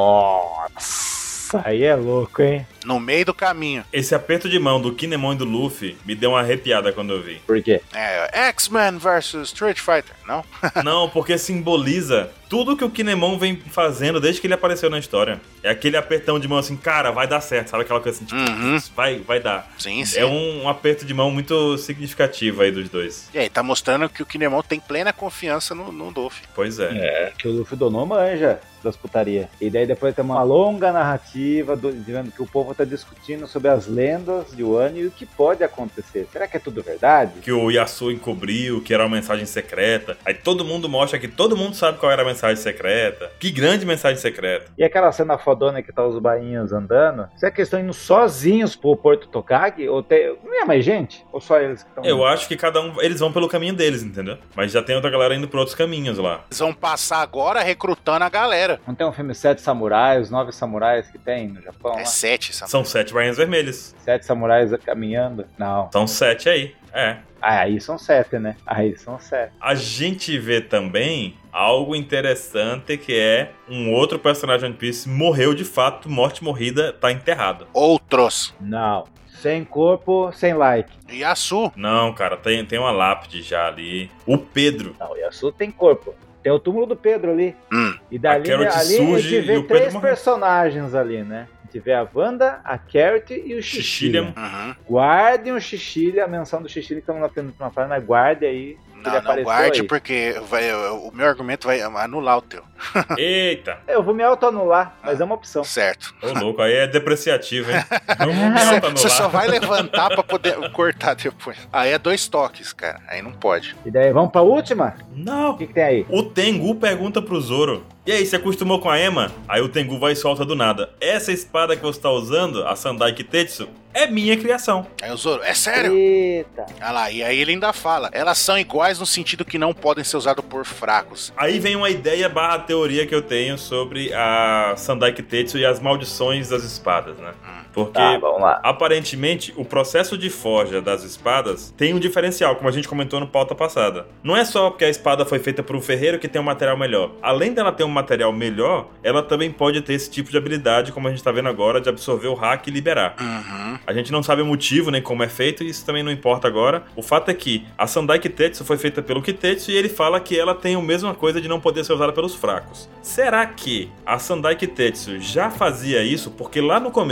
Nossa, aí é louco, hein? No meio do caminho. Esse aperto de mão do Kinemon e do Luffy me deu uma arrepiada quando eu vi. Por quê? É, X-Men versus Street Fighter, não? Não, porque simboliza tudo que o Kinemon vem fazendo desde que ele apareceu na história. É aquele apertão de mão assim, cara, vai dar certo, sabe aquela coisa assim, tipo, vai dar. Sim, sim. É um aperto de mão muito significativo aí dos dois. E aí, tá mostrando que o Kinemon tem plena confiança no Luffy. Pois é. É, que o Luffy donou manja das putarias. E daí depois tem uma longa narrativa dizendo que o povo tá discutindo sobre as lendas de Wano e o que pode acontecer. Será que é tudo verdade? Que o Yasuo encobriu, que era uma mensagem secreta. Aí todo mundo mostra que todo mundo sabe qual era a mensagem secreta. Que grande mensagem secreta. E aquela cena fodona que tá os bainhas andando, será que eles estão indo sozinhos pro Porto Tokage? Ou não é mais gente? Ou só eles que estão Eu acho que cada um, eles vão pelo caminho deles, entendeu? Mas já tem outra galera indo por outros caminhos lá. Eles vão passar agora recrutando a galera. Não tem um filme 7 samurais, 9 samurais que tem no Japão? É Lá? 7, essa São 7 bainhas vermelhas. 7 samurais caminhando? Não. São 7 aí. É. Ah, aí são 7, né? Aí são 7. A gente vê também algo interessante que é um outro personagem de One Piece morreu de fato, morte morrida, tá enterrado. Outros. Não. Sem corpo, sem like. Yasu. Não, cara, tem uma lápide já ali. O Pedro. Não, o Yasuo tem corpo. Tem o túmulo do Pedro ali. E dali A Carrot ali surge a gente vê e o Pedro 3 morreu. personagens ali, né? A gente vê a Wanda, a Carrot e o Shishilian. Shishilian. Uhum. Guardem o Shishilian, a menção do Shishilian que estamos na penúltima página, guarde aí. Não guarde porque o meu argumento vai anular o teu. Eita. Eu vou me autoanular, mas é uma opção. Certo. Ô, louco, aí é depreciativo, hein? Não vou me autoanular. Você só vai levantar pra poder cortar depois. Aí é 2 toques, cara. Aí não pode. E daí, vamos pra última? Não. O que tem aí? O Tengu pergunta pro Zoro: e aí, você acostumou com a Ema? Aí o Tengu vai e solta do nada: essa espada que você tá usando, a Sandai Kitetsu, é minha criação. Aí o Zoro, é sério? Eita. Olha lá, e aí ele ainda fala: elas são iguais no sentido que não podem ser usadas por fracos. Aí vem uma ideia barra teoria que eu tenho sobre a Sandai Kitetsu e as maldições das espadas, né? Porque, Tá, vamos lá. aparentemente, o processo de forja das espadas tem um diferencial, como a gente comentou no pauta passada. Não é só porque a espada foi feita por um ferreiro que tem um material melhor. Além dela ter um material melhor, ela também pode ter esse tipo de habilidade, como a gente tá vendo agora, de absorver o hack e liberar. Uhum. A gente não sabe o motivo nem como é feito, e isso também não importa agora. O fato é que a Sandai Kitetsu foi feita pelo Kitetsu e ele fala que ela tem a mesma coisa de não poder ser usada pelos fracos. Será que a Sandai Kitetsu já fazia isso? Porque lá no começo, quando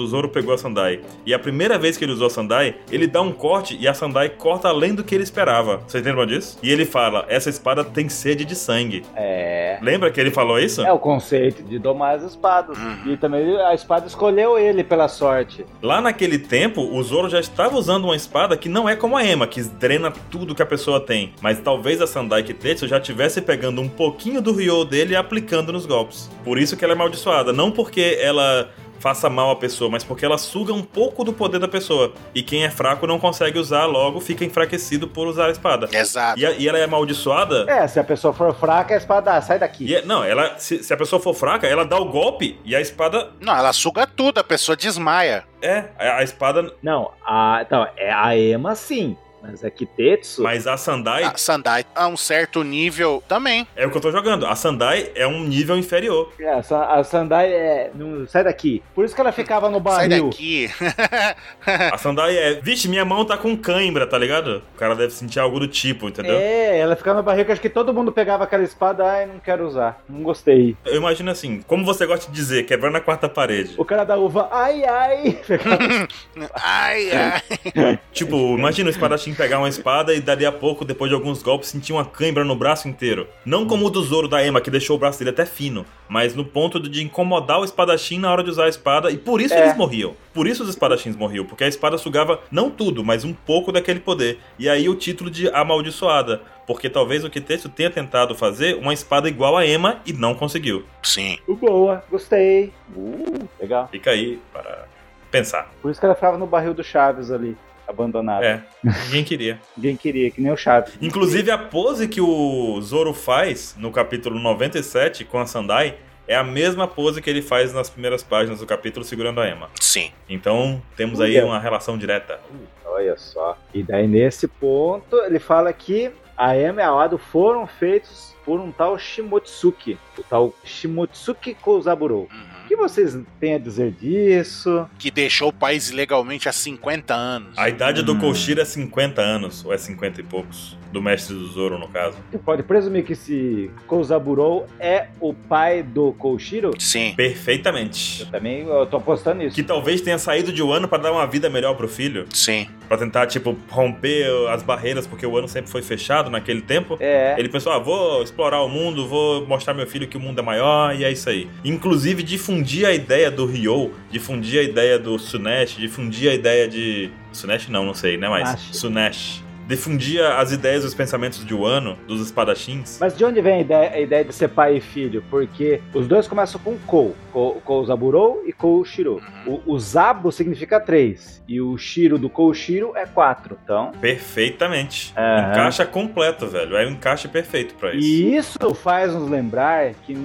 quando o Zoro pegou a Sandai. E a primeira vez que ele usou a Sandai, ele dá um corte e a Sandai corta além do que ele esperava. Vocês lembram disso? E ele fala, essa espada tem sede de sangue. Lembra que ele falou isso? É o conceito de domar as espadas. E também a espada escolheu ele pela sorte. Lá naquele tempo, o Zoro já estava usando uma espada que não é como a Ema, que drena tudo que a pessoa tem. Mas talvez a Sandai Kitetsu já estivesse pegando um pouquinho do Ryou dele e aplicando nos golpes. Por isso que ela é amaldiçoada. Não porque ela faça mal à pessoa, mas porque ela suga um pouco do poder da pessoa. E quem é fraco não consegue usar, logo fica enfraquecido por usar a espada. Exato. E ela é amaldiçoada... Se a pessoa for fraca, a espada sai daqui. Se a pessoa for fraca, ela dá o golpe e a espada... Não, ela suga tudo, a pessoa desmaia. A espada... Não, a Ema sim. Mas a Kitetsu... Mas a Sandai... A Sandai a um certo nível também. É o que eu tô jogando. A Sandai é um nível inferior. A Sandai não sai daqui. Por isso que ela ficava no barril. Sai daqui. A Sandai vixe, minha mão tá com cãibra, tá ligado? O cara deve sentir algo do tipo, entendeu? Ela ficava no barril que acho que todo mundo pegava aquela espada. Ai, não quero usar. Não gostei. Eu imagino assim, como você gosta de dizer, quebrando a quarta parede. O cara da uva, ai. ai. Tipo, imagina o espadachim pegar uma espada e dali a pouco, depois de alguns golpes, sentir uma cãibra no braço inteiro. Não como o do Zoro da Ema, que deixou o braço dele até fino, mas no ponto de incomodar o espadachim na hora de usar a espada, e por isso eles morriam. Por isso os espadachins morriam, porque a espada sugava não tudo, mas um pouco daquele poder. E aí o título de amaldiçoada, porque talvez o Kitetsu tenha tentado fazer uma espada igual a Ema e não conseguiu. Sim. Boa, gostei. Legal. Fica aí para pensar. Por isso que ela ficava no barril do Chaves ali. Abandonado. Ninguém queria. Ninguém queria, que nem o Chaves. Inclusive a pose que o Zoro faz no capítulo 97 com a Sandai é a mesma pose que ele faz nas primeiras páginas do capítulo segurando a Ema. Sim. Então temos aí uma relação direta. Olha só. E daí nesse ponto ele fala que a Ema e a Wado foram feitos por um tal Shimotsuki. O tal Shimotsuki Kozaburo. O que vocês têm a dizer disso? Que deixou o país ilegalmente há 50 anos. A idade do Koshiro é 50 anos, ou é 50 e poucos. Do mestre do Zoro, no caso. Você pode presumir que esse Kozaburo é o pai do Koshiro? Sim. Perfeitamente. Eu tô apostando nisso. Que talvez tenha saído de Wano pra dar uma vida melhor pro filho. Sim. Pra tentar, romper as barreiras, porque o Wano sempre foi fechado naquele tempo. Ele pensou, vou explorar o mundo, vou mostrar meu filho que o mundo é maior, e é isso aí. Inclusive, difundir a ideia do Ryou, difundir a ideia do Sunesh, difundir a ideia de... Sunesh não sei, né? Mas Sunesh. Difundia as ideias e os pensamentos de Wano, dos espadachins. Mas de onde vem a ideia de ser pai e filho? Porque os dois começam com Kozaburo e Koshiro. O Zabo significa 3. E o Shiro do Koshiro é 4. Então... Perfeitamente. Encaixa completo, velho. É um encaixe perfeito pra isso. E isso faz nos lembrar que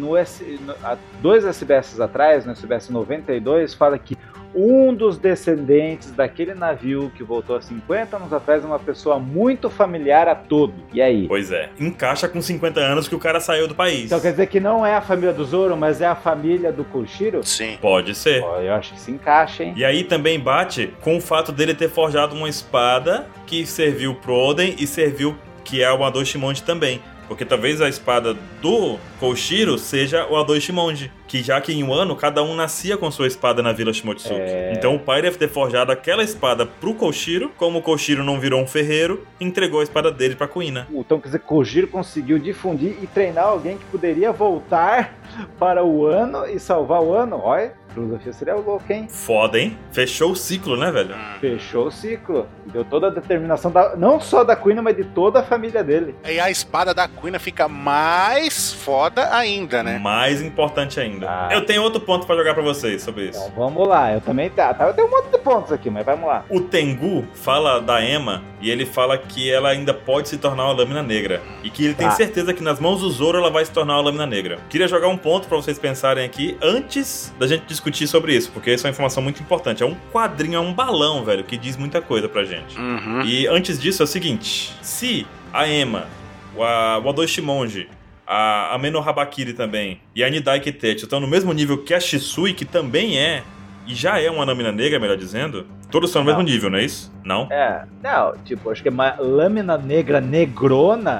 há 2 SBS atrás, no SBS 92, fala que um dos descendentes daquele navio que voltou há 50 anos atrás é uma pessoa muito familiar a todo. E aí? Pois é. Encaixa com 50 anos que o cara saiu do país. Então quer dizer que não é a família do Zoro, mas é a família do Koshiro? Sim. Pode ser. Eu acho que se encaixa, hein? E aí também bate com o fato dele ter forjado uma espada que serviu pro Oden e serviu que é o Adoshimonji também. Porque talvez a espada do Koshiro seja o Adoshimonji. Que já que em Wano, cada um nascia com sua espada na Vila Shimotsuki. Então o pai deve ter forjado aquela espada pro Koshiro. Como o Koshiro não virou um ferreiro, entregou a espada dele pra Kuina. Então quer dizer que Koshiro conseguiu difundir e treinar alguém que poderia voltar para o Wano e salvar o Wano. Olha, a filosofia seria louca, hein? Foda, hein? Fechou o ciclo, né, velho? Fechou o ciclo. Deu toda a determinação, não só da Kuina, mas de toda a família dele. E a espada da Kuina fica mais foda ainda, né? Mais importante ainda. Eu tenho outro ponto pra jogar pra vocês sobre isso. Então vamos lá, eu também eu tenho um monte de pontos aqui, mas vamos lá. O Tengu fala da Ema e ele fala que ela ainda pode se tornar uma lâmina negra. E que ele tem certeza que nas mãos do Zoro ela vai se tornar uma lâmina negra. Queria jogar um ponto pra vocês pensarem aqui antes da gente discutir sobre isso, porque isso é uma informação muito importante. É um quadrinho, é um balão, velho, que diz muita coisa pra gente. E antes disso é o seguinte: se a Ema, o Adoshimonji, a Ameno Habakiri também e a Nidai Kitetsu estão no mesmo nível que a Shisui, que também é, e já é uma lâmina negra, melhor dizendo, todos estão no mesmo nível, não é isso? Não? Não, acho que é uma lâmina negra negrona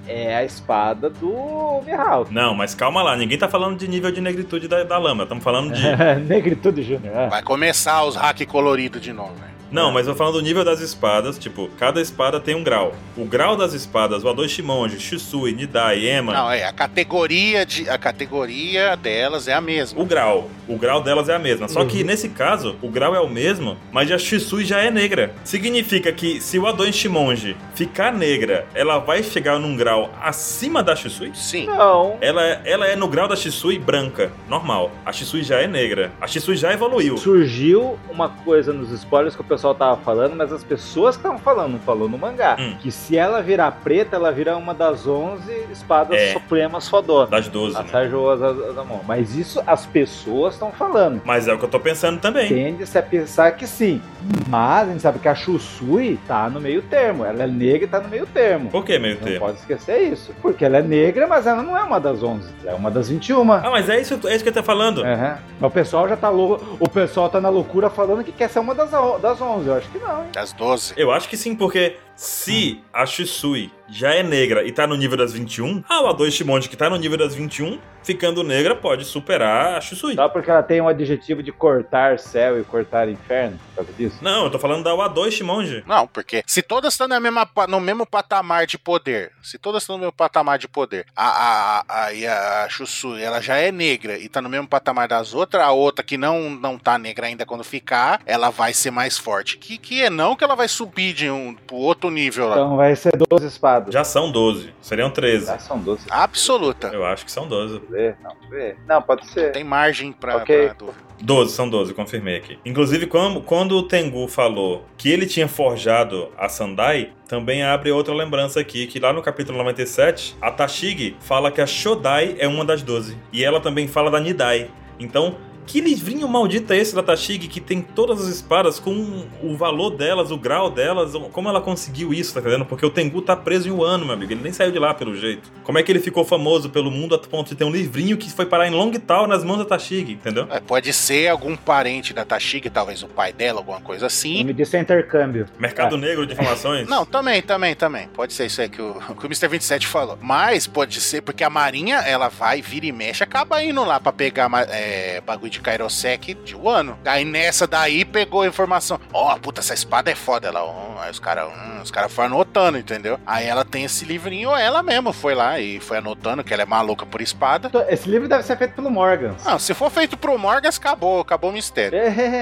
é a espada do Mihawk. Não, mas calma lá, ninguém tá falando de nível de negritude da lama, estamos falando de... Negritude Júnior. Vai começar os hack coloridos de novo, né? Não, mas eu falando do nível das espadas, tipo, cada espada tem um grau. O grau das espadas, o Adoi Shimonji, Shisui, Nidai, Ema... Não, a categoria delas é a mesma. O grau delas é a mesma. Só que nesse caso, o grau é o mesmo, mas a Shisui já é negra. Significa que se o Adoi Shimonji ficar negra, ela vai chegar num grau acima da Shisui? Sim. Não. Ela é no grau da Shisui branca, normal. A Shisui já é negra. A Shisui já evoluiu. Surgiu uma coisa nos spoilers que o pessoal tava falando, mas as pessoas que estavam falando, não falou no mangá, que se ela virar preta, ela vira uma das 11 espadas supremas fodonas. Das 12, a né? Sajoa Zamon. Mas isso as pessoas estão falando. Mas é o que eu tô pensando também. Tende-se a pensar que sim. Mas a gente sabe que a Shisui tá no meio termo. Ela é negra e tá no meio termo. Por que meio Não termo? pode esquecer isso. Porque ela é negra, mas ela não é uma das 11. É uma das 21. Ah, mas é isso que eu tô falando. Uhum. Mas o pessoal já tá louco. O pessoal tá na loucura falando que quer ser uma das 11. Eu acho que não, hein? Das 12. Eu acho que sim, porque se a Shisui já é negra e tá no nível das 21, a Adoi Shimonji que tá no nível das 21, ficando negra, pode superar a Shisui. Só porque ela tem um adjetivo de cortar céu e cortar inferno, por causa disso? Não, eu tô falando da Adoi Shimonji. Não, porque se todas estão no mesmo patamar de poder, a Shisui, ela já é negra e tá no mesmo patamar das outras, a outra que não tá negra ainda quando ficar, ela vai ser mais forte. Que é não que ela vai subir pro outro nível lá. Então vai ser 12 espadas. Já são 12, seriam 13. Já são 12. Absoluta. Eu acho que são 12. Não, pode ser. Tem margem pra Ok. dúvida. 12, são 12, confirmei aqui. Inclusive, quando o Tengu falou que ele tinha forjado a Sandai, também abre outra lembrança aqui, que lá no capítulo 97, a Tashigi fala que a Shodai é uma das 12. E ela também fala da Nidai. Então, que livrinho maldito é esse da Tashigi que tem todas as espadas com o valor delas, o grau delas? Como ela conseguiu isso, tá entendendo? Porque o Tengu tá preso em um ano, meu amigo. Ele nem saiu de lá, pelo jeito. Como é que ele ficou famoso pelo mundo a ponto de ter um livrinho que foi parar em Longtown nas mãos da Tashigi, entendeu? Pode ser algum parente da Tashigi, talvez o pai dela, alguma coisa assim. Me disse intercâmbio. Mercado Negro de informações? Não, também. Pode ser isso aí que o Mr. 27 falou. Mas pode ser porque a Marinha, ela vai, vira e mexe, acaba indo lá pra pegar bagulho de Kairosek de Wano. Aí nessa daí pegou a informação. Puta, essa espada é foda. Aí os caras foram anotando, entendeu? Aí ela tem esse livrinho, ela mesma foi lá e foi anotando que ela é maluca por espada. Esse livro deve ser feito pelo Morgan. Não, se for feito pro Morgas, acabou o mistério.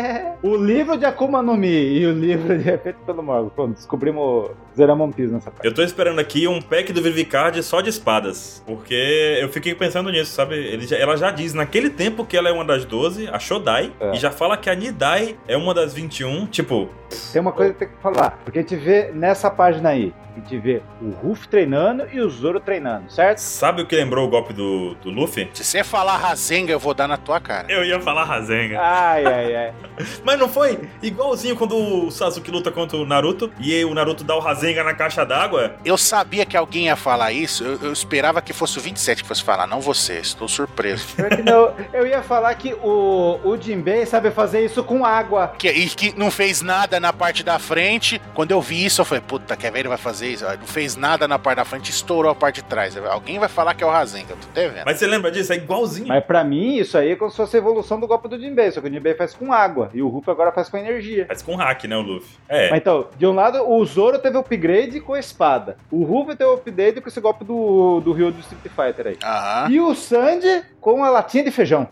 O livro de Akuma no Mi e o livro é feito pelo Morgan. Pronto, descobrimos Zeramon Piece nessa parte. Eu tô esperando aqui um pack do Vivicard só de espadas. Porque eu fiquei pensando nisso, sabe? Ela já diz naquele tempo que ela é uma das 12, a Shodai, e já fala que a Nidai é uma das 21. Tipo... Tem uma coisa que tem que falar. Porque a gente vê nessa página aí, a gente vê o Ruff treinando e o Zoro treinando, certo? Sabe o que lembrou o golpe do Luffy? Se você falar Rasenga, eu vou dar na tua cara. Eu ia falar Rasenga. Ai. Mas não foi igualzinho quando o Sasuke luta contra o Naruto e aí o Naruto dá o Rasenga na caixa d'água? Eu sabia que alguém ia falar isso, eu esperava que fosse o 27 que fosse falar, não você, estou surpreso. Não, eu ia falar que o Jinbei sabe fazer isso com água. E que não fez nada na parte da frente. Quando eu vi isso, eu falei, puta, quer ver, ele vai fazer isso? Não fez nada na parte da frente, estourou a parte de trás. Alguém vai falar que é o Rasenga, tu tá vendo? Mas você lembra disso? É igualzinho. Mas pra mim, isso aí é como se fosse a evolução do golpe do Jinbei, só que o Jinbei faz com água, e o Ruff agora faz com energia. Faz com hack, né, o Luffy? Mas então, de um lado, o Zoro teve upgrade com a espada. O Ruff teve upgrade com esse golpe do Ryu do Street Fighter aí. Aham. E o Sanji com a latinha de feijão.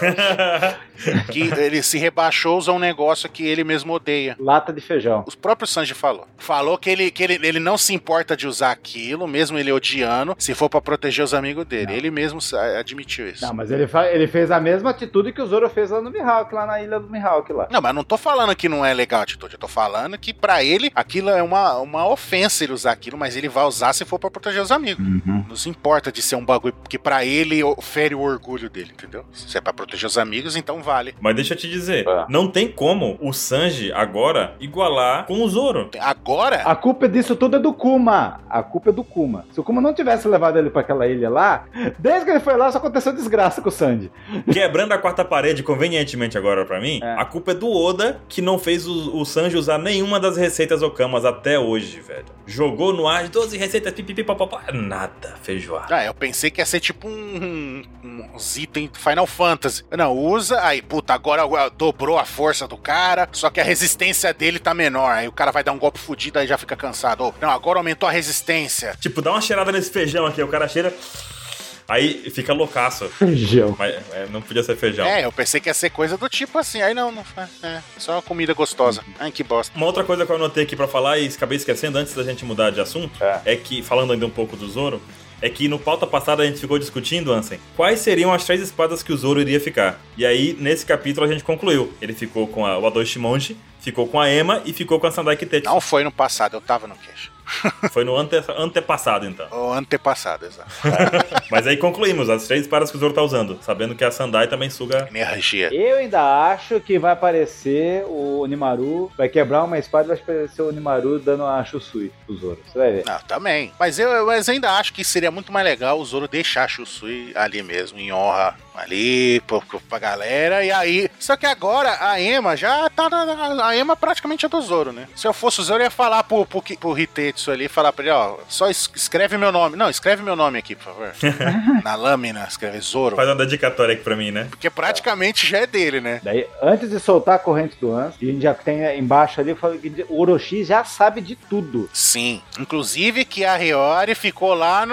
Que ele se rebaixou a usar um negócio que ele mesmo odeia. Lata de feijão. O próprio Sanji falou. Falou que ele não se importa de usar aquilo, mesmo ele odiando, se for pra proteger os amigos dele. Não. Ele mesmo admitiu isso. Não, mas ele fez a mesma atitude que o Zoro fez lá no Mihawk, lá na ilha do Mihawk lá. Não, mas não tô falando que não é legal a atitude. Eu tô falando que pra ele aquilo é uma ofensa ele usar aquilo, mas ele vai usar se for pra proteger os amigos. Uhum. Não se importa de ser um bagulho que pra ele fere o orgulho orgulho dele, entendeu? Se é pra proteger os amigos, então vale. Mas deixa eu te dizer, não tem como o Sanji agora igualar com o Zoro. Agora? A culpa disso tudo é do Kuma. A culpa é do Kuma. Se o Kuma não tivesse levado ele pra aquela ilha lá, desde que ele foi lá só aconteceu desgraça com o Sanji. Quebrando a quarta parede convenientemente agora pra mim, a culpa é do Oda, que não fez o Sanji usar nenhuma das receitas Okamas até hoje, velho. Jogou no ar 12 receitas, pipipipopopó, nada, feijoada. Eu pensei que ia ser tipo uns itens Final Fantasy. Não, usa, aí, puta, agora dobrou a força do cara, só que a resistência dele tá menor. Aí o cara vai dar um golpe fudido, aí já fica cansado. Não, agora aumentou a resistência. Tipo, dá uma cheirada nesse feijão aqui, o cara cheira... Aí fica loucaço. Feijão. Mas não podia ser feijão. Eu pensei que ia ser coisa do tipo assim. Aí não só uma comida gostosa. Ai, que bosta. Uma outra coisa que eu anotei aqui pra falar e acabei esquecendo antes da gente mudar de assunto, é que, falando ainda um pouco do Zoro, é que no pauta passada a gente ficou discutindo, Ansem, quais seriam as 3 espadas que o Zoro iria ficar. E aí, nesse capítulo, a gente concluiu. Ele ficou com o Adoshimoji, ficou com a Ema e ficou com a Sandai Kitetsu. Não foi no passado, eu tava no queixo. Foi no antepassado, então. O antepassado, exato. Mas aí concluímos as 3 espadas que o Zoro tá usando, sabendo que a Sandai também suga energia. Eu ainda acho que vai aparecer o Onimaru, vai quebrar uma espada e vai aparecer o Onimaru dando a Shusui pro Zoro. Você vai ver. Não, também. Mas eu ainda acho que seria muito mais legal o Zoro deixar a Shusui ali mesmo, em honra ali pra galera, e aí... Só que agora a Ema já tá... A Ema praticamente é do Zoro, né? Se eu fosse o Zoro, eu ia falar pro Hitetsu ali, falar pra ele, ó, só escreve meu nome. Não, escreve meu nome aqui, por favor. Na lâmina, escreve Zoro. Faz uma dedicatória aqui pra mim, né? Porque praticamente já é dele, né? Daí, antes de soltar a corrente do Ans, a gente já tem embaixo ali, o Orochi já sabe de tudo. Sim. Inclusive que a Hiyori ficou lá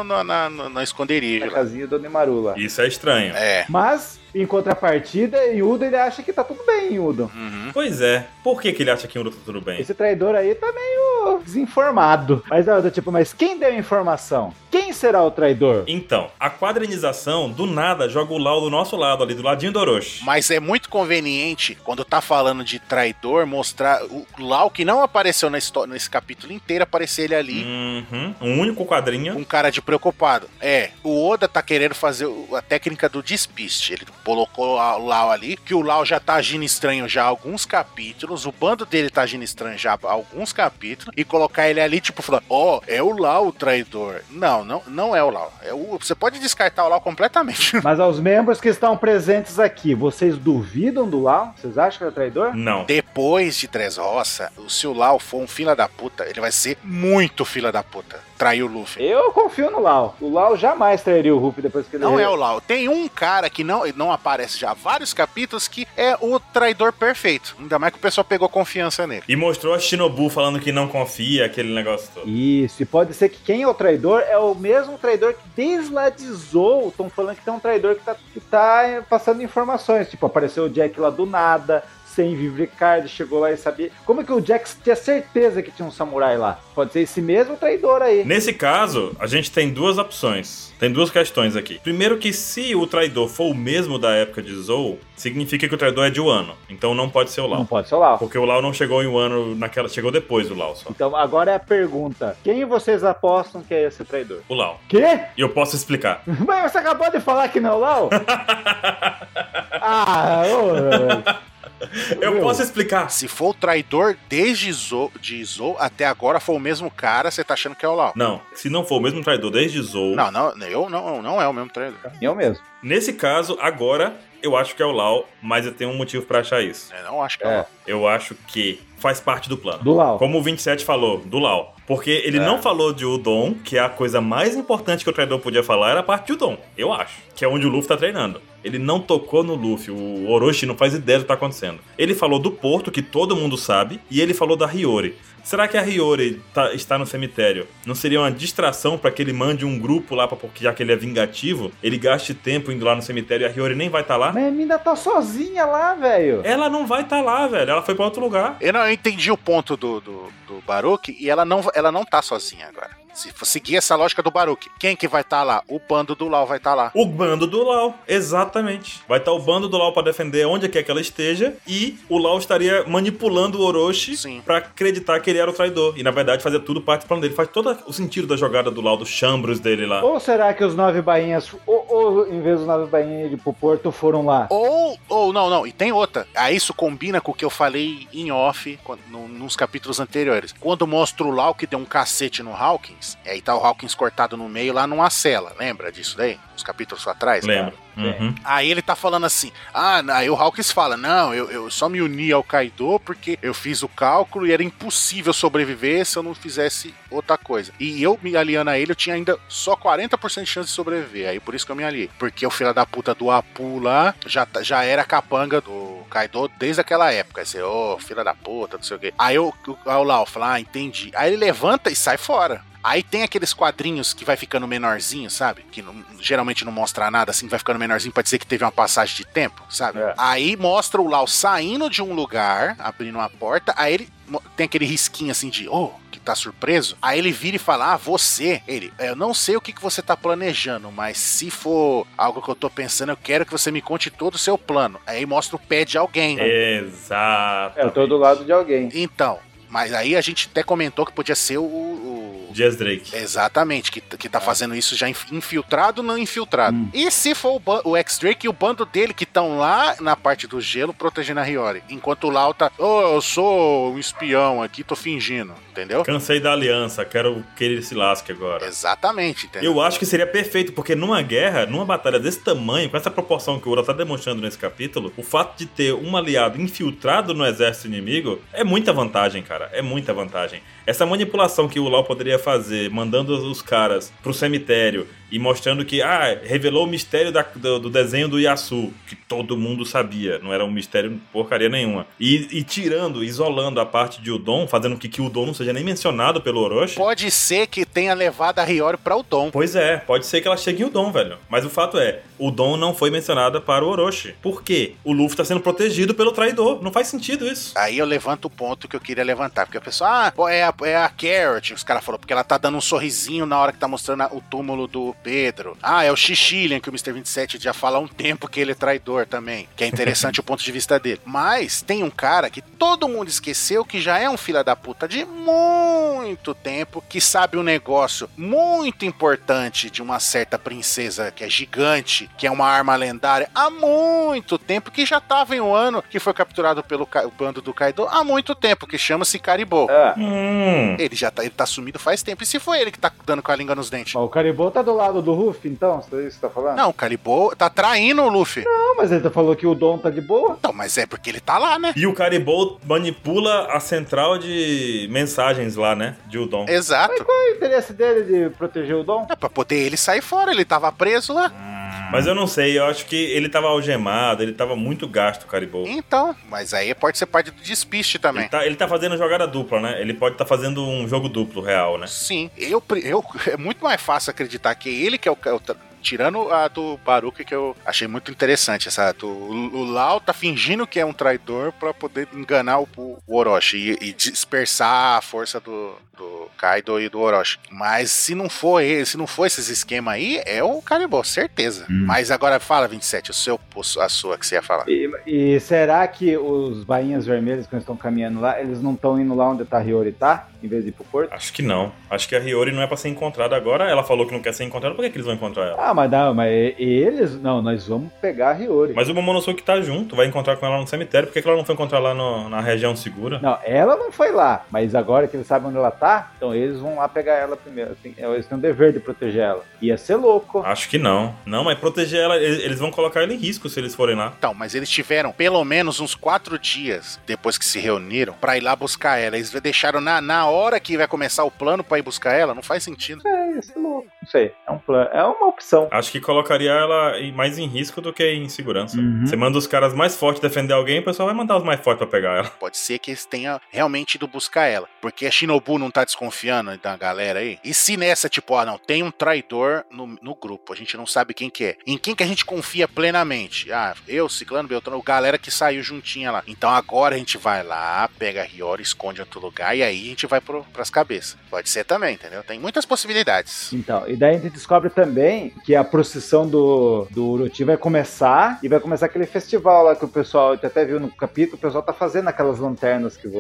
no esconderijo. Na casinha do Onimaru lá. Isso é estranho. Mas, em contrapartida, em Udo ele acha que tá tudo bem em Udo. Pois é. Por que ele acha que em Udo tá tudo bem? Esse traidor aí tá meio desinformado. Mas quem deu a informação? Quem será o traidor? Então, a quadrinização, do nada, joga o Lau do nosso lado, ali do ladinho do Orochi. Mas é muito conveniente, quando tá falando de traidor, mostrar o Lau, que não apareceu nesse capítulo inteiro, aparecer ele ali. Um único quadrinho. Um cara de preocupado. O Oda tá querendo fazer a técnica do despiste. Ele colocou o Lau ali, que o Lau já tá agindo estranho já há alguns capítulos, o bando dele tá agindo estranho já há alguns capítulos, e colocar ele ali, tipo, falando, é o Lau o traidor. Não é o Lau. Você pode descartar o Lau completamente. Mas aos membros que estão presentes aqui, vocês duvidam do Lau? Vocês acham que ele é traidor? Não. Depois de Dressrosa, se o Lau for um fila da puta, ele vai ser muito fila da puta. Traiu o Luffy. Eu confio no Lau. O Lau jamais trairia o Luffy depois que ele... Não é o Lau. Tem um cara que não aparece já há vários capítulos que é o traidor perfeito. Ainda mais que o pessoal pegou confiança nele. E mostrou a Shinobu falando que não confia, aquele negócio todo. Isso. E pode ser que quem é o traidor é o mesmo traidor que desladizou. Estão falando que tem um traidor que tá passando informações. Tipo, apareceu o Jack lá do nada... sem Vivre Card, chegou lá e sabia... Como é que o Jack tinha certeza que tinha um samurai lá? Pode ser esse mesmo traidor aí. Nesse caso, a gente tem 2 opções. Tem 2 questões aqui. Primeiro que se o traidor for o mesmo da época de Zou, significa que o traidor é de Wano. Então não pode ser o Lau. Não pode ser o Lau. Porque o Lau não chegou em Wano chegou depois do Lau só. Então agora é a pergunta. Quem vocês apostam que é esse traidor? O Lau. Quê? E eu posso explicar. Mas você acabou de falar que não é o Lau? Eu posso explicar. Se for o traidor desde Zou até agora foi o mesmo cara, você tá achando que é o Lau? Não, se não for o mesmo traidor desde Zou... Não é o mesmo traidor. Eu mesmo. Nesse caso, agora, eu acho que é o Lau, mas eu tenho um motivo pra achar isso. Eu não acho que é o Lau. Eu acho que faz parte do plano. Do Lau. Como o 27 falou, do Lau. Porque ele não falou de Udon, que é a coisa mais importante que o traidor podia falar, era a parte de Udon, eu acho. Que é onde o Luffy tá treinando. Ele não tocou no Luffy, o Orochi não faz ideia do que tá acontecendo. Ele falou do porto, que todo mundo sabe, e ele falou da Hiyori. Será que a Hiyori está no cemitério? Não seria uma distração pra que ele mande um grupo lá, porque já que ele é vingativo, ele gaste tempo indo lá no cemitério e a Hiyori nem vai estar lá? Mas a mina tá sozinha lá, velho. Ela não vai estar lá, velho. Ela foi pra outro lugar. Eu entendi o ponto do Baruch e ela não tá sozinha agora. Se for seguir essa lógica do Baruch, quem que vai estar lá? O bando do Law vai estar lá. O bando do Law, exatamente. Vai estar o bando do Law pra defender onde quer que ela esteja, e o Law estaria manipulando o Orochi pra acreditar que ele era o traidor. E na verdade fazia tudo parte do plano dele. Faz todo o sentido da jogada do Law, dos chambros dele lá. Ou será que os 9 bainhas, ou em vez dos 9 bainhas de ir pro porto, foram lá? Ou não, e tem outra. Aí isso combina com o que eu falei em off, nos capítulos anteriores. Quando mostra o Law que deu um cacete no Hawkins, aí tá o Hawkins cortado no meio lá numa cela. Lembra disso daí? Os capítulos atrás? Lembro. Uhum. Aí ele tá falando assim, aí o Hawkins fala, não, eu só me uni ao Kaido porque eu fiz o cálculo e era impossível sobreviver se eu não fizesse outra coisa. E eu me aliando a ele, eu tinha ainda só 40% de chance de sobreviver, aí por isso que eu me aliei. Porque o filho da puta do Apu lá já era capanga do Kaido desde aquela época. Aí você, filho da puta, não sei o quê. Aí o Law fala, entendi. Aí ele levanta e sai fora. Aí tem aqueles quadrinhos que vai ficando menorzinho, sabe? Que geralmente não mostra nada, assim, vai ficando menorzinho pra dizer que teve uma passagem de tempo, sabe? É. Aí mostra o Law saindo de um lugar, abrindo uma porta, aí ele tem aquele risquinho assim de, que tá surpreso. Aí ele vira e fala, você, eu não sei o que você tá planejando, mas se for algo que eu tô pensando, eu quero que você me conte todo o seu plano. Aí mostra o pé de alguém. Exato. Eu tô do lado de alguém. Então, mas aí a gente até comentou que podia ser o Jazz Drake. Exatamente, que tá fazendo isso já infiltrado ou não infiltrado. E se for o X-Drake e o bando dele que estão lá na parte do gelo protegendo a Hiyori, enquanto o Law tá, eu sou um espião aqui, tô fingindo, entendeu? Cansei da aliança, quero que ele se lasque agora. Exatamente, entendeu? Eu acho que seria perfeito, porque numa guerra, numa batalha desse tamanho, com essa proporção que o Oda tá demonstrando nesse capítulo, o fato de ter um aliado infiltrado no exército inimigo é muita vantagem, cara, é muita vantagem. Essa manipulação que o Law poderia fazer, mandando os caras pro cemitério e mostrando que, revelou o mistério do desenho do Yasu, que todo mundo sabia, não era um mistério porcaria nenhuma. E tirando, isolando a parte de Udon, fazendo com que Udon não seja nem mencionado pelo Orochi. Pode ser que tenha levado a Hiyori pra Udon. Pois é, pode ser que ela chegue em Udon, velho. Mas o fato é, Udon não foi mencionada para o Orochi. Por quê? O Luffy tá sendo protegido pelo traidor. Não faz sentido isso. Aí eu levanto o ponto que eu queria levantar, porque a pessoa, é a Carrot, os caras falaram, porque ela tá dando um sorrisinho na hora que tá mostrando o túmulo do Pedro. É o Xixilian, que o Mr. 27 já fala há um tempo que ele é traidor também, que é interessante o ponto de vista dele. Mas tem um cara que todo mundo esqueceu que já é um filho da puta de muito tempo, que sabe um negócio muito importante de uma certa princesa que é gigante, que é uma arma lendária há muito tempo, que já tava em um ano que foi capturado pelo bando do Kaido há muito tempo, que chama-se Caribou. Ele tá sumido faz tempo. E se foi ele que tá dando com a língua nos dentes? Mas o Caribou tá do lado do Ruffy, então? É isso que você tá falando? Não, o Caribou tá traindo o Luffy. Não, mas ele falou que o Dom tá de boa. Não, mas é porque ele tá lá, né? E o Caribou manipula a central de mensagens lá, né? De Udon. Exato. Mas qual é o interesse dele de proteger o Dom? É pra poder ele sair fora, ele tava preso lá. Mas eu não sei, eu acho que ele tava algemado, ele tava muito gasto, o Caribou. Então, mas aí pode ser parte do despiste também. Ele tá fazendo jogada dupla, né? Ele pode estar fazendo um jogo duplo real, né? Sim, é muito mais fácil acreditar que ele que é o tirando a do Baruch, que eu achei muito interessante. O Law tá fingindo que é um traidor pra poder enganar o Orochi e dispersar a força do Kaido e do Orochi. Mas se não for esses esquemas aí, é o Caribou, certeza. Mas agora fala, 27, a sua que você ia falar. E será que os bainhas vermelhos, quando estão caminhando lá, eles não estão indo lá onde tá a Hiyori, tá? Em vez de ir pro porto? Acho que não. Acho que a Hiyori não é pra ser encontrada agora. Ela falou que não quer ser encontrada, por que eles vão encontrar ela? Mas eles... Não, nós vamos pegar a Hiyori. Mas o Momonosuke tá junto, vai encontrar com ela no cemitério. Por que ela não foi encontrar lá na região segura? Não, ela não foi lá. Mas agora que eles sabem onde ela tá, então eles vão lá pegar ela primeiro. Assim, eles têm o dever de proteger ela. Ia ser louco. Acho que não. Não, mas proteger ela, eles vão colocar ela em risco se eles forem lá. Então, mas eles tiveram pelo menos uns 4 dias depois que se reuniram pra ir lá buscar ela. Eles deixaram na hora que vai começar o plano pra ir buscar ela. Não faz sentido. ia ser louco. Não sei, é um plano, é uma opção. Acho que colocaria ela mais em risco do que em segurança. Uhum. Você manda os caras mais fortes defender alguém, o pessoal vai mandar os mais fortes pra pegar ela. Pode ser que eles tenham realmente ido buscar ela. Porque a Shinobu não tá desconfiando da galera aí. E se nessa, tipo, não, tem um traidor no grupo, a gente não sabe quem que é. Em quem que a gente confia plenamente? Eu, Ciclano, Beltrano, galera que saiu juntinha lá. Então agora a gente vai lá, pega a Hiyori, esconde em outro lugar, e aí a gente vai pras cabeças. Pode ser também, entendeu? Tem muitas possibilidades. Então, e daí a gente descobre também que a procissão do Orochi vai começar, e vai começar aquele festival lá que o pessoal, a gente até viu no capítulo, o pessoal tá fazendo aquelas lanternas que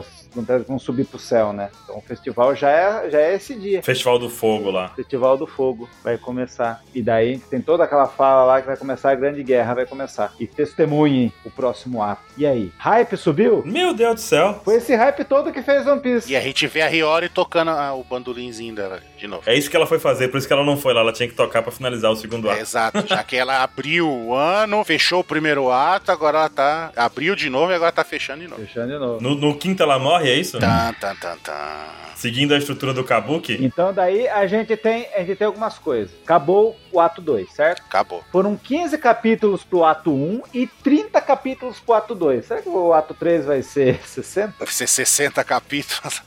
vão subir pro céu, né? Então o festival já é esse dia. Festival do Fogo lá. Festival do Fogo vai começar. E daí tem toda aquela fala lá que vai começar a Grande Guerra, vai começar. E testemunhem o próximo ato. E aí? Hype subiu? Meu Deus do céu. Foi esse hype todo que fez One Piece. E a gente vê a Hiyori tocando o bandolinzinho dela de novo. É isso que ela foi fazer, por isso que ela não foi lá. Ela tinha que tocar pra finalizar o segundo ato. Exato, já que ela abriu o ano, fechou o primeiro ato, agora ela tá... Abriu de novo e agora tá fechando de novo. Fechando de novo. No quinto ela morre, é isso? Tan. Seguindo a estrutura do Kabuki? Então daí a gente tem algumas coisas. Acabou o ato 2, certo? Acabou. Foram 15 capítulos pro ato 1 e 30 capítulos pro ato 2. Será que o ato 3 vai ser 60? Deve ser 60 capítulos.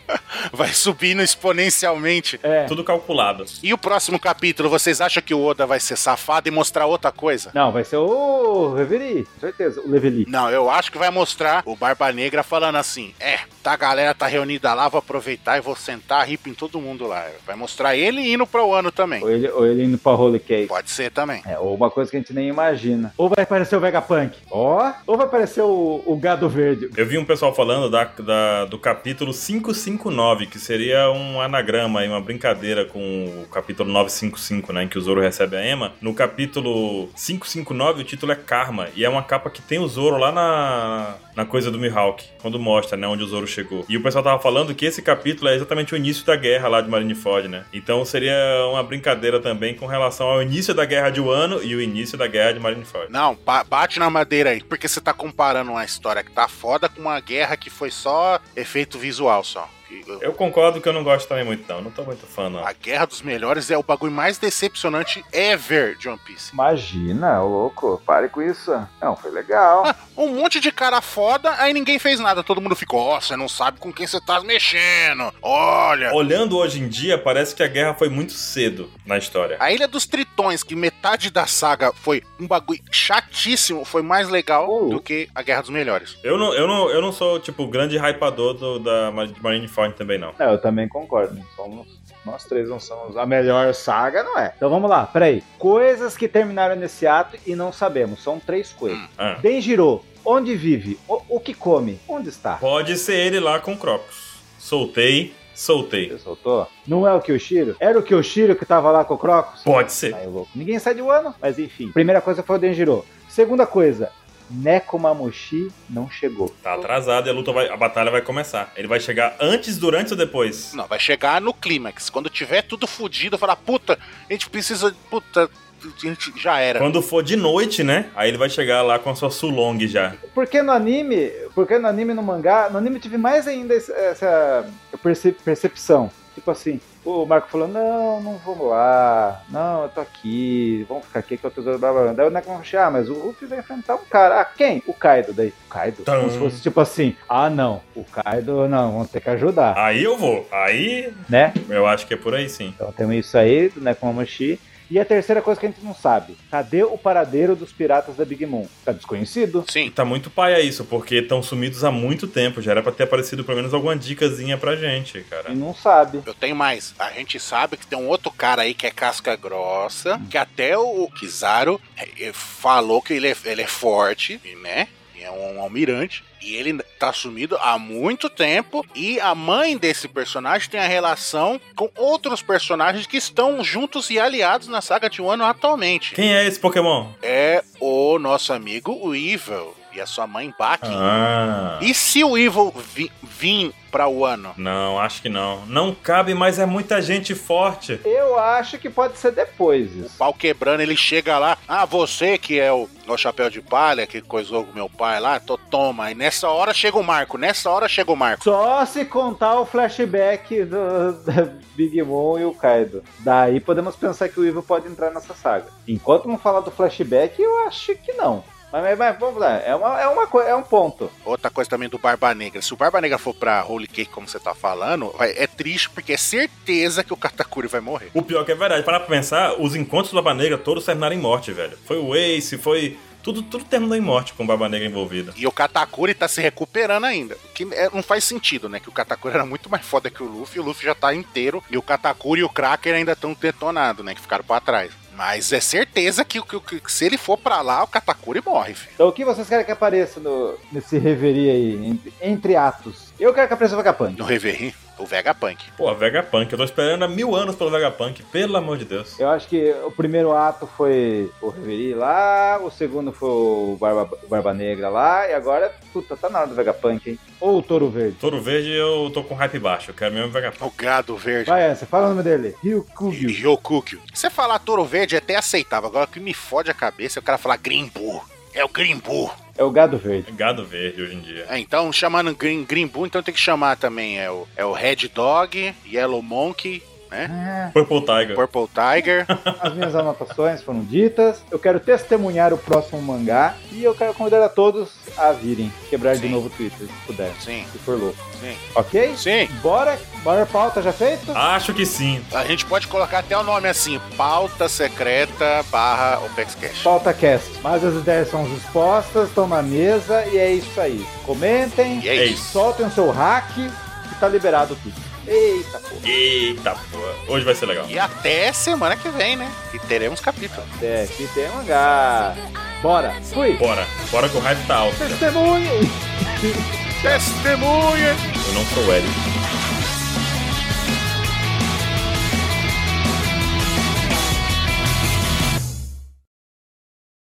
Vai subindo exponencialmente. É. Tudo calculado. E o próximo capítulo, vocês acham que o Oda vai ser safado e mostrar outra coisa? Não, vai ser o Reverie, com certeza, o Leveli. Não, eu acho que vai mostrar o Barba Negra falando assim, a galera tá reunida lá, vou aproveitar e vou sentar hippie em todo mundo lá. Vai mostrar ele indo pro ano também. Ou ele indo pra Holy Cake. Pode ser também. Ou uma coisa que a gente nem imagina. Ou vai aparecer o Vegapunk. Ou vai aparecer o Gado Verde. Eu vi um pessoal falando do capítulo 559, que seria um anagrama, uma brincadeira com o capítulo 955, né, em que o Zoro recebe a Ema. No capítulo 559, o título é Karma, e é uma capa que tem o Zoro lá na coisa do Mihawk, quando mostra, né, onde o Zoro chegou. E o pessoal tava falando que esse capítulo é exatamente o início da guerra lá de Marineford, né? Então seria uma brincadeira também com relação ao início da guerra de Wano e o início da guerra de Marineford. Não, bate na madeira aí, porque você tá comparando uma história que tá foda com uma guerra que foi só efeito visual só. Eu concordo que eu não gosto também muito, não tô muito fã, não. A Guerra dos Melhores é o bagulho mais decepcionante ever de One Piece. Imagina, louco, pare com isso. Não, foi legal. Um monte de cara foda, aí ninguém fez nada. Todo mundo ficou, você não sabe com quem você tá mexendo. Olha. Olhando hoje em dia, parece que a guerra foi muito cedo na história. A Ilha dos Tritões, que metade da saga foi um bagulho chatíssimo, foi mais legal do que a Guerra dos Melhores. Eu não sou, tipo, grande hypador da Marineford também, não. Eu também concordo. Nós três não somos a melhor saga, não é? Então vamos lá, peraí. Coisas que terminaram nesse ato e não sabemos. São 3 coisas. Denjiro, onde vive? O que come? Onde está? Pode ser ele lá com o Crocus. Soltei. Você soltou? Não é o Kyoshiro? Era o Kyoshiro que tava lá com o Crocus? Pode ser. Aí, louco. Ninguém sai de Wano, mas enfim. Primeira coisa foi o Denjiro. Segunda coisa, Nekomamushi não chegou. Tá atrasado e a batalha vai começar. Ele vai chegar antes, durante ou depois? Não, vai chegar no clímax. Quando tiver tudo fodido, falar, puta, a gente precisa... Puta, a gente já era. Quando for de noite, né? Aí ele vai chegar lá com a sua Sulong já. Porque no anime e no mangá, no anime eu tive mais ainda essa percepção. Tipo assim, o Marco falou, não vamos lá, não, eu tô aqui, vamos ficar aqui que eu tô usando blá blá blá. Daí o Nekomamushi, mas o Luffy vai enfrentar um cara. Quem? O Kaido. Daí, o Kaido? Como se fosse tipo assim, não, o Kaido não, vamos ter que ajudar. Aí eu vou, aí... Né? Eu acho que é por aí sim. Então temos isso aí do Nekomamushi. E a terceira coisa que a gente não sabe, cadê o paradeiro dos piratas da Big Mom? Tá desconhecido? Sim. Tá muito paia isso, porque estão sumidos há muito tempo. Já era pra ter aparecido pelo menos alguma dicasinha pra gente, cara. E não sabe. Eu tenho mais. A gente sabe que tem um outro cara aí que é casca grossa, que até o Kizaru falou que ele é forte, né? É um almirante. E ele tá sumido há muito tempo. E a mãe desse personagem tem a relação com outros personagens que estão juntos e aliados na saga de Wano atualmente. Quem é esse Pokémon? É o nosso amigo Weevil. e a sua mãe Baki. E se o Evil vir pra Wano? Não, acho que não. Não cabe, mas é muita gente forte. Eu acho que pode ser depois isso. O pau quebrando, ele chega lá. Você que é o chapéu de palha, que coisou com meu pai lá, toma. E nessa hora chega o Marco. Só se contar o flashback do Big Mom e o Kaido. Daí podemos pensar que o Evil pode entrar nessa saga. Enquanto não falar do flashback, eu acho que não. Mas vamos lá, é um ponto. Outra coisa também do Barba Negra. Se o Barba Negra for pra Holy Cake, como você tá falando, é triste porque é certeza que o Katakuri vai morrer. O pior que é verdade, para pensar, os encontros do Barba Negra todos terminaram em morte, velho. Foi o Ace, foi... Tudo terminou em morte com o Barba Negra envolvido. E o Katakuri tá se recuperando ainda. Que não faz sentido, né? Que o Katakuri era muito mais foda que o Luffy já tá inteiro. E o Katakuri e o Cracker ainda estão detonados, né? Que ficaram pra trás. Mas é certeza que se ele for pra lá, o Katakuri morre, filho. Então o que vocês querem que apareça nesse Reverie aí, entre atos? Eu quero que apareça o Vegapunk. No Reverie? O Vegapunk. Pô, Vegapunk. Eu tô esperando há 1000 anos pelo Vegapunk. Pelo amor de Deus. Eu acho que o primeiro ato foi o Reverie lá, o segundo foi o Barba Negra lá, e agora, puta, tá na hora do Vegapunk, hein? Ou o Touro Verde. Touro Verde eu tô com hype baixo. Eu quero mesmo o Vegapunk. O gado verde. Vai, você fala o nome dele. Ryukugyu. Ryukugyu. Se você falar Touro Verde é até aceitável. Agora o que me fode a cabeça é o cara falar Grimbu. É o Grimbu. É o gado verde. É gado verde hoje em dia. Então, chamando Grimbu, então tem que chamar também é o Red Dog, Yellow Monkey, né? Purple Tiger. Purple Tiger. As minhas anotações foram ditas. Eu quero testemunhar o próximo mangá. E eu quero convidar a todos a virem quebrar de novo o Twitter, se puder. Sim. Se for louco. Sim. Ok? Sim. Bora pauta já feito? Acho que sim. A gente pode colocar até o nome assim, Pauta Secreta / OpexCast. PautaCast. Mas as ideias são expostas, estão na mesa e é isso aí. Comentem, E é isso. soltem o seu hack e tá liberado tudo. Eita porra. Eita porra. Hoje vai ser legal. E até semana que vem, né? E teremos capítulo. É, aqui tem mangá. Bora, fui. Bora que o hype tá alto. Testemunha. Testemunha! Eu não sou o Eric.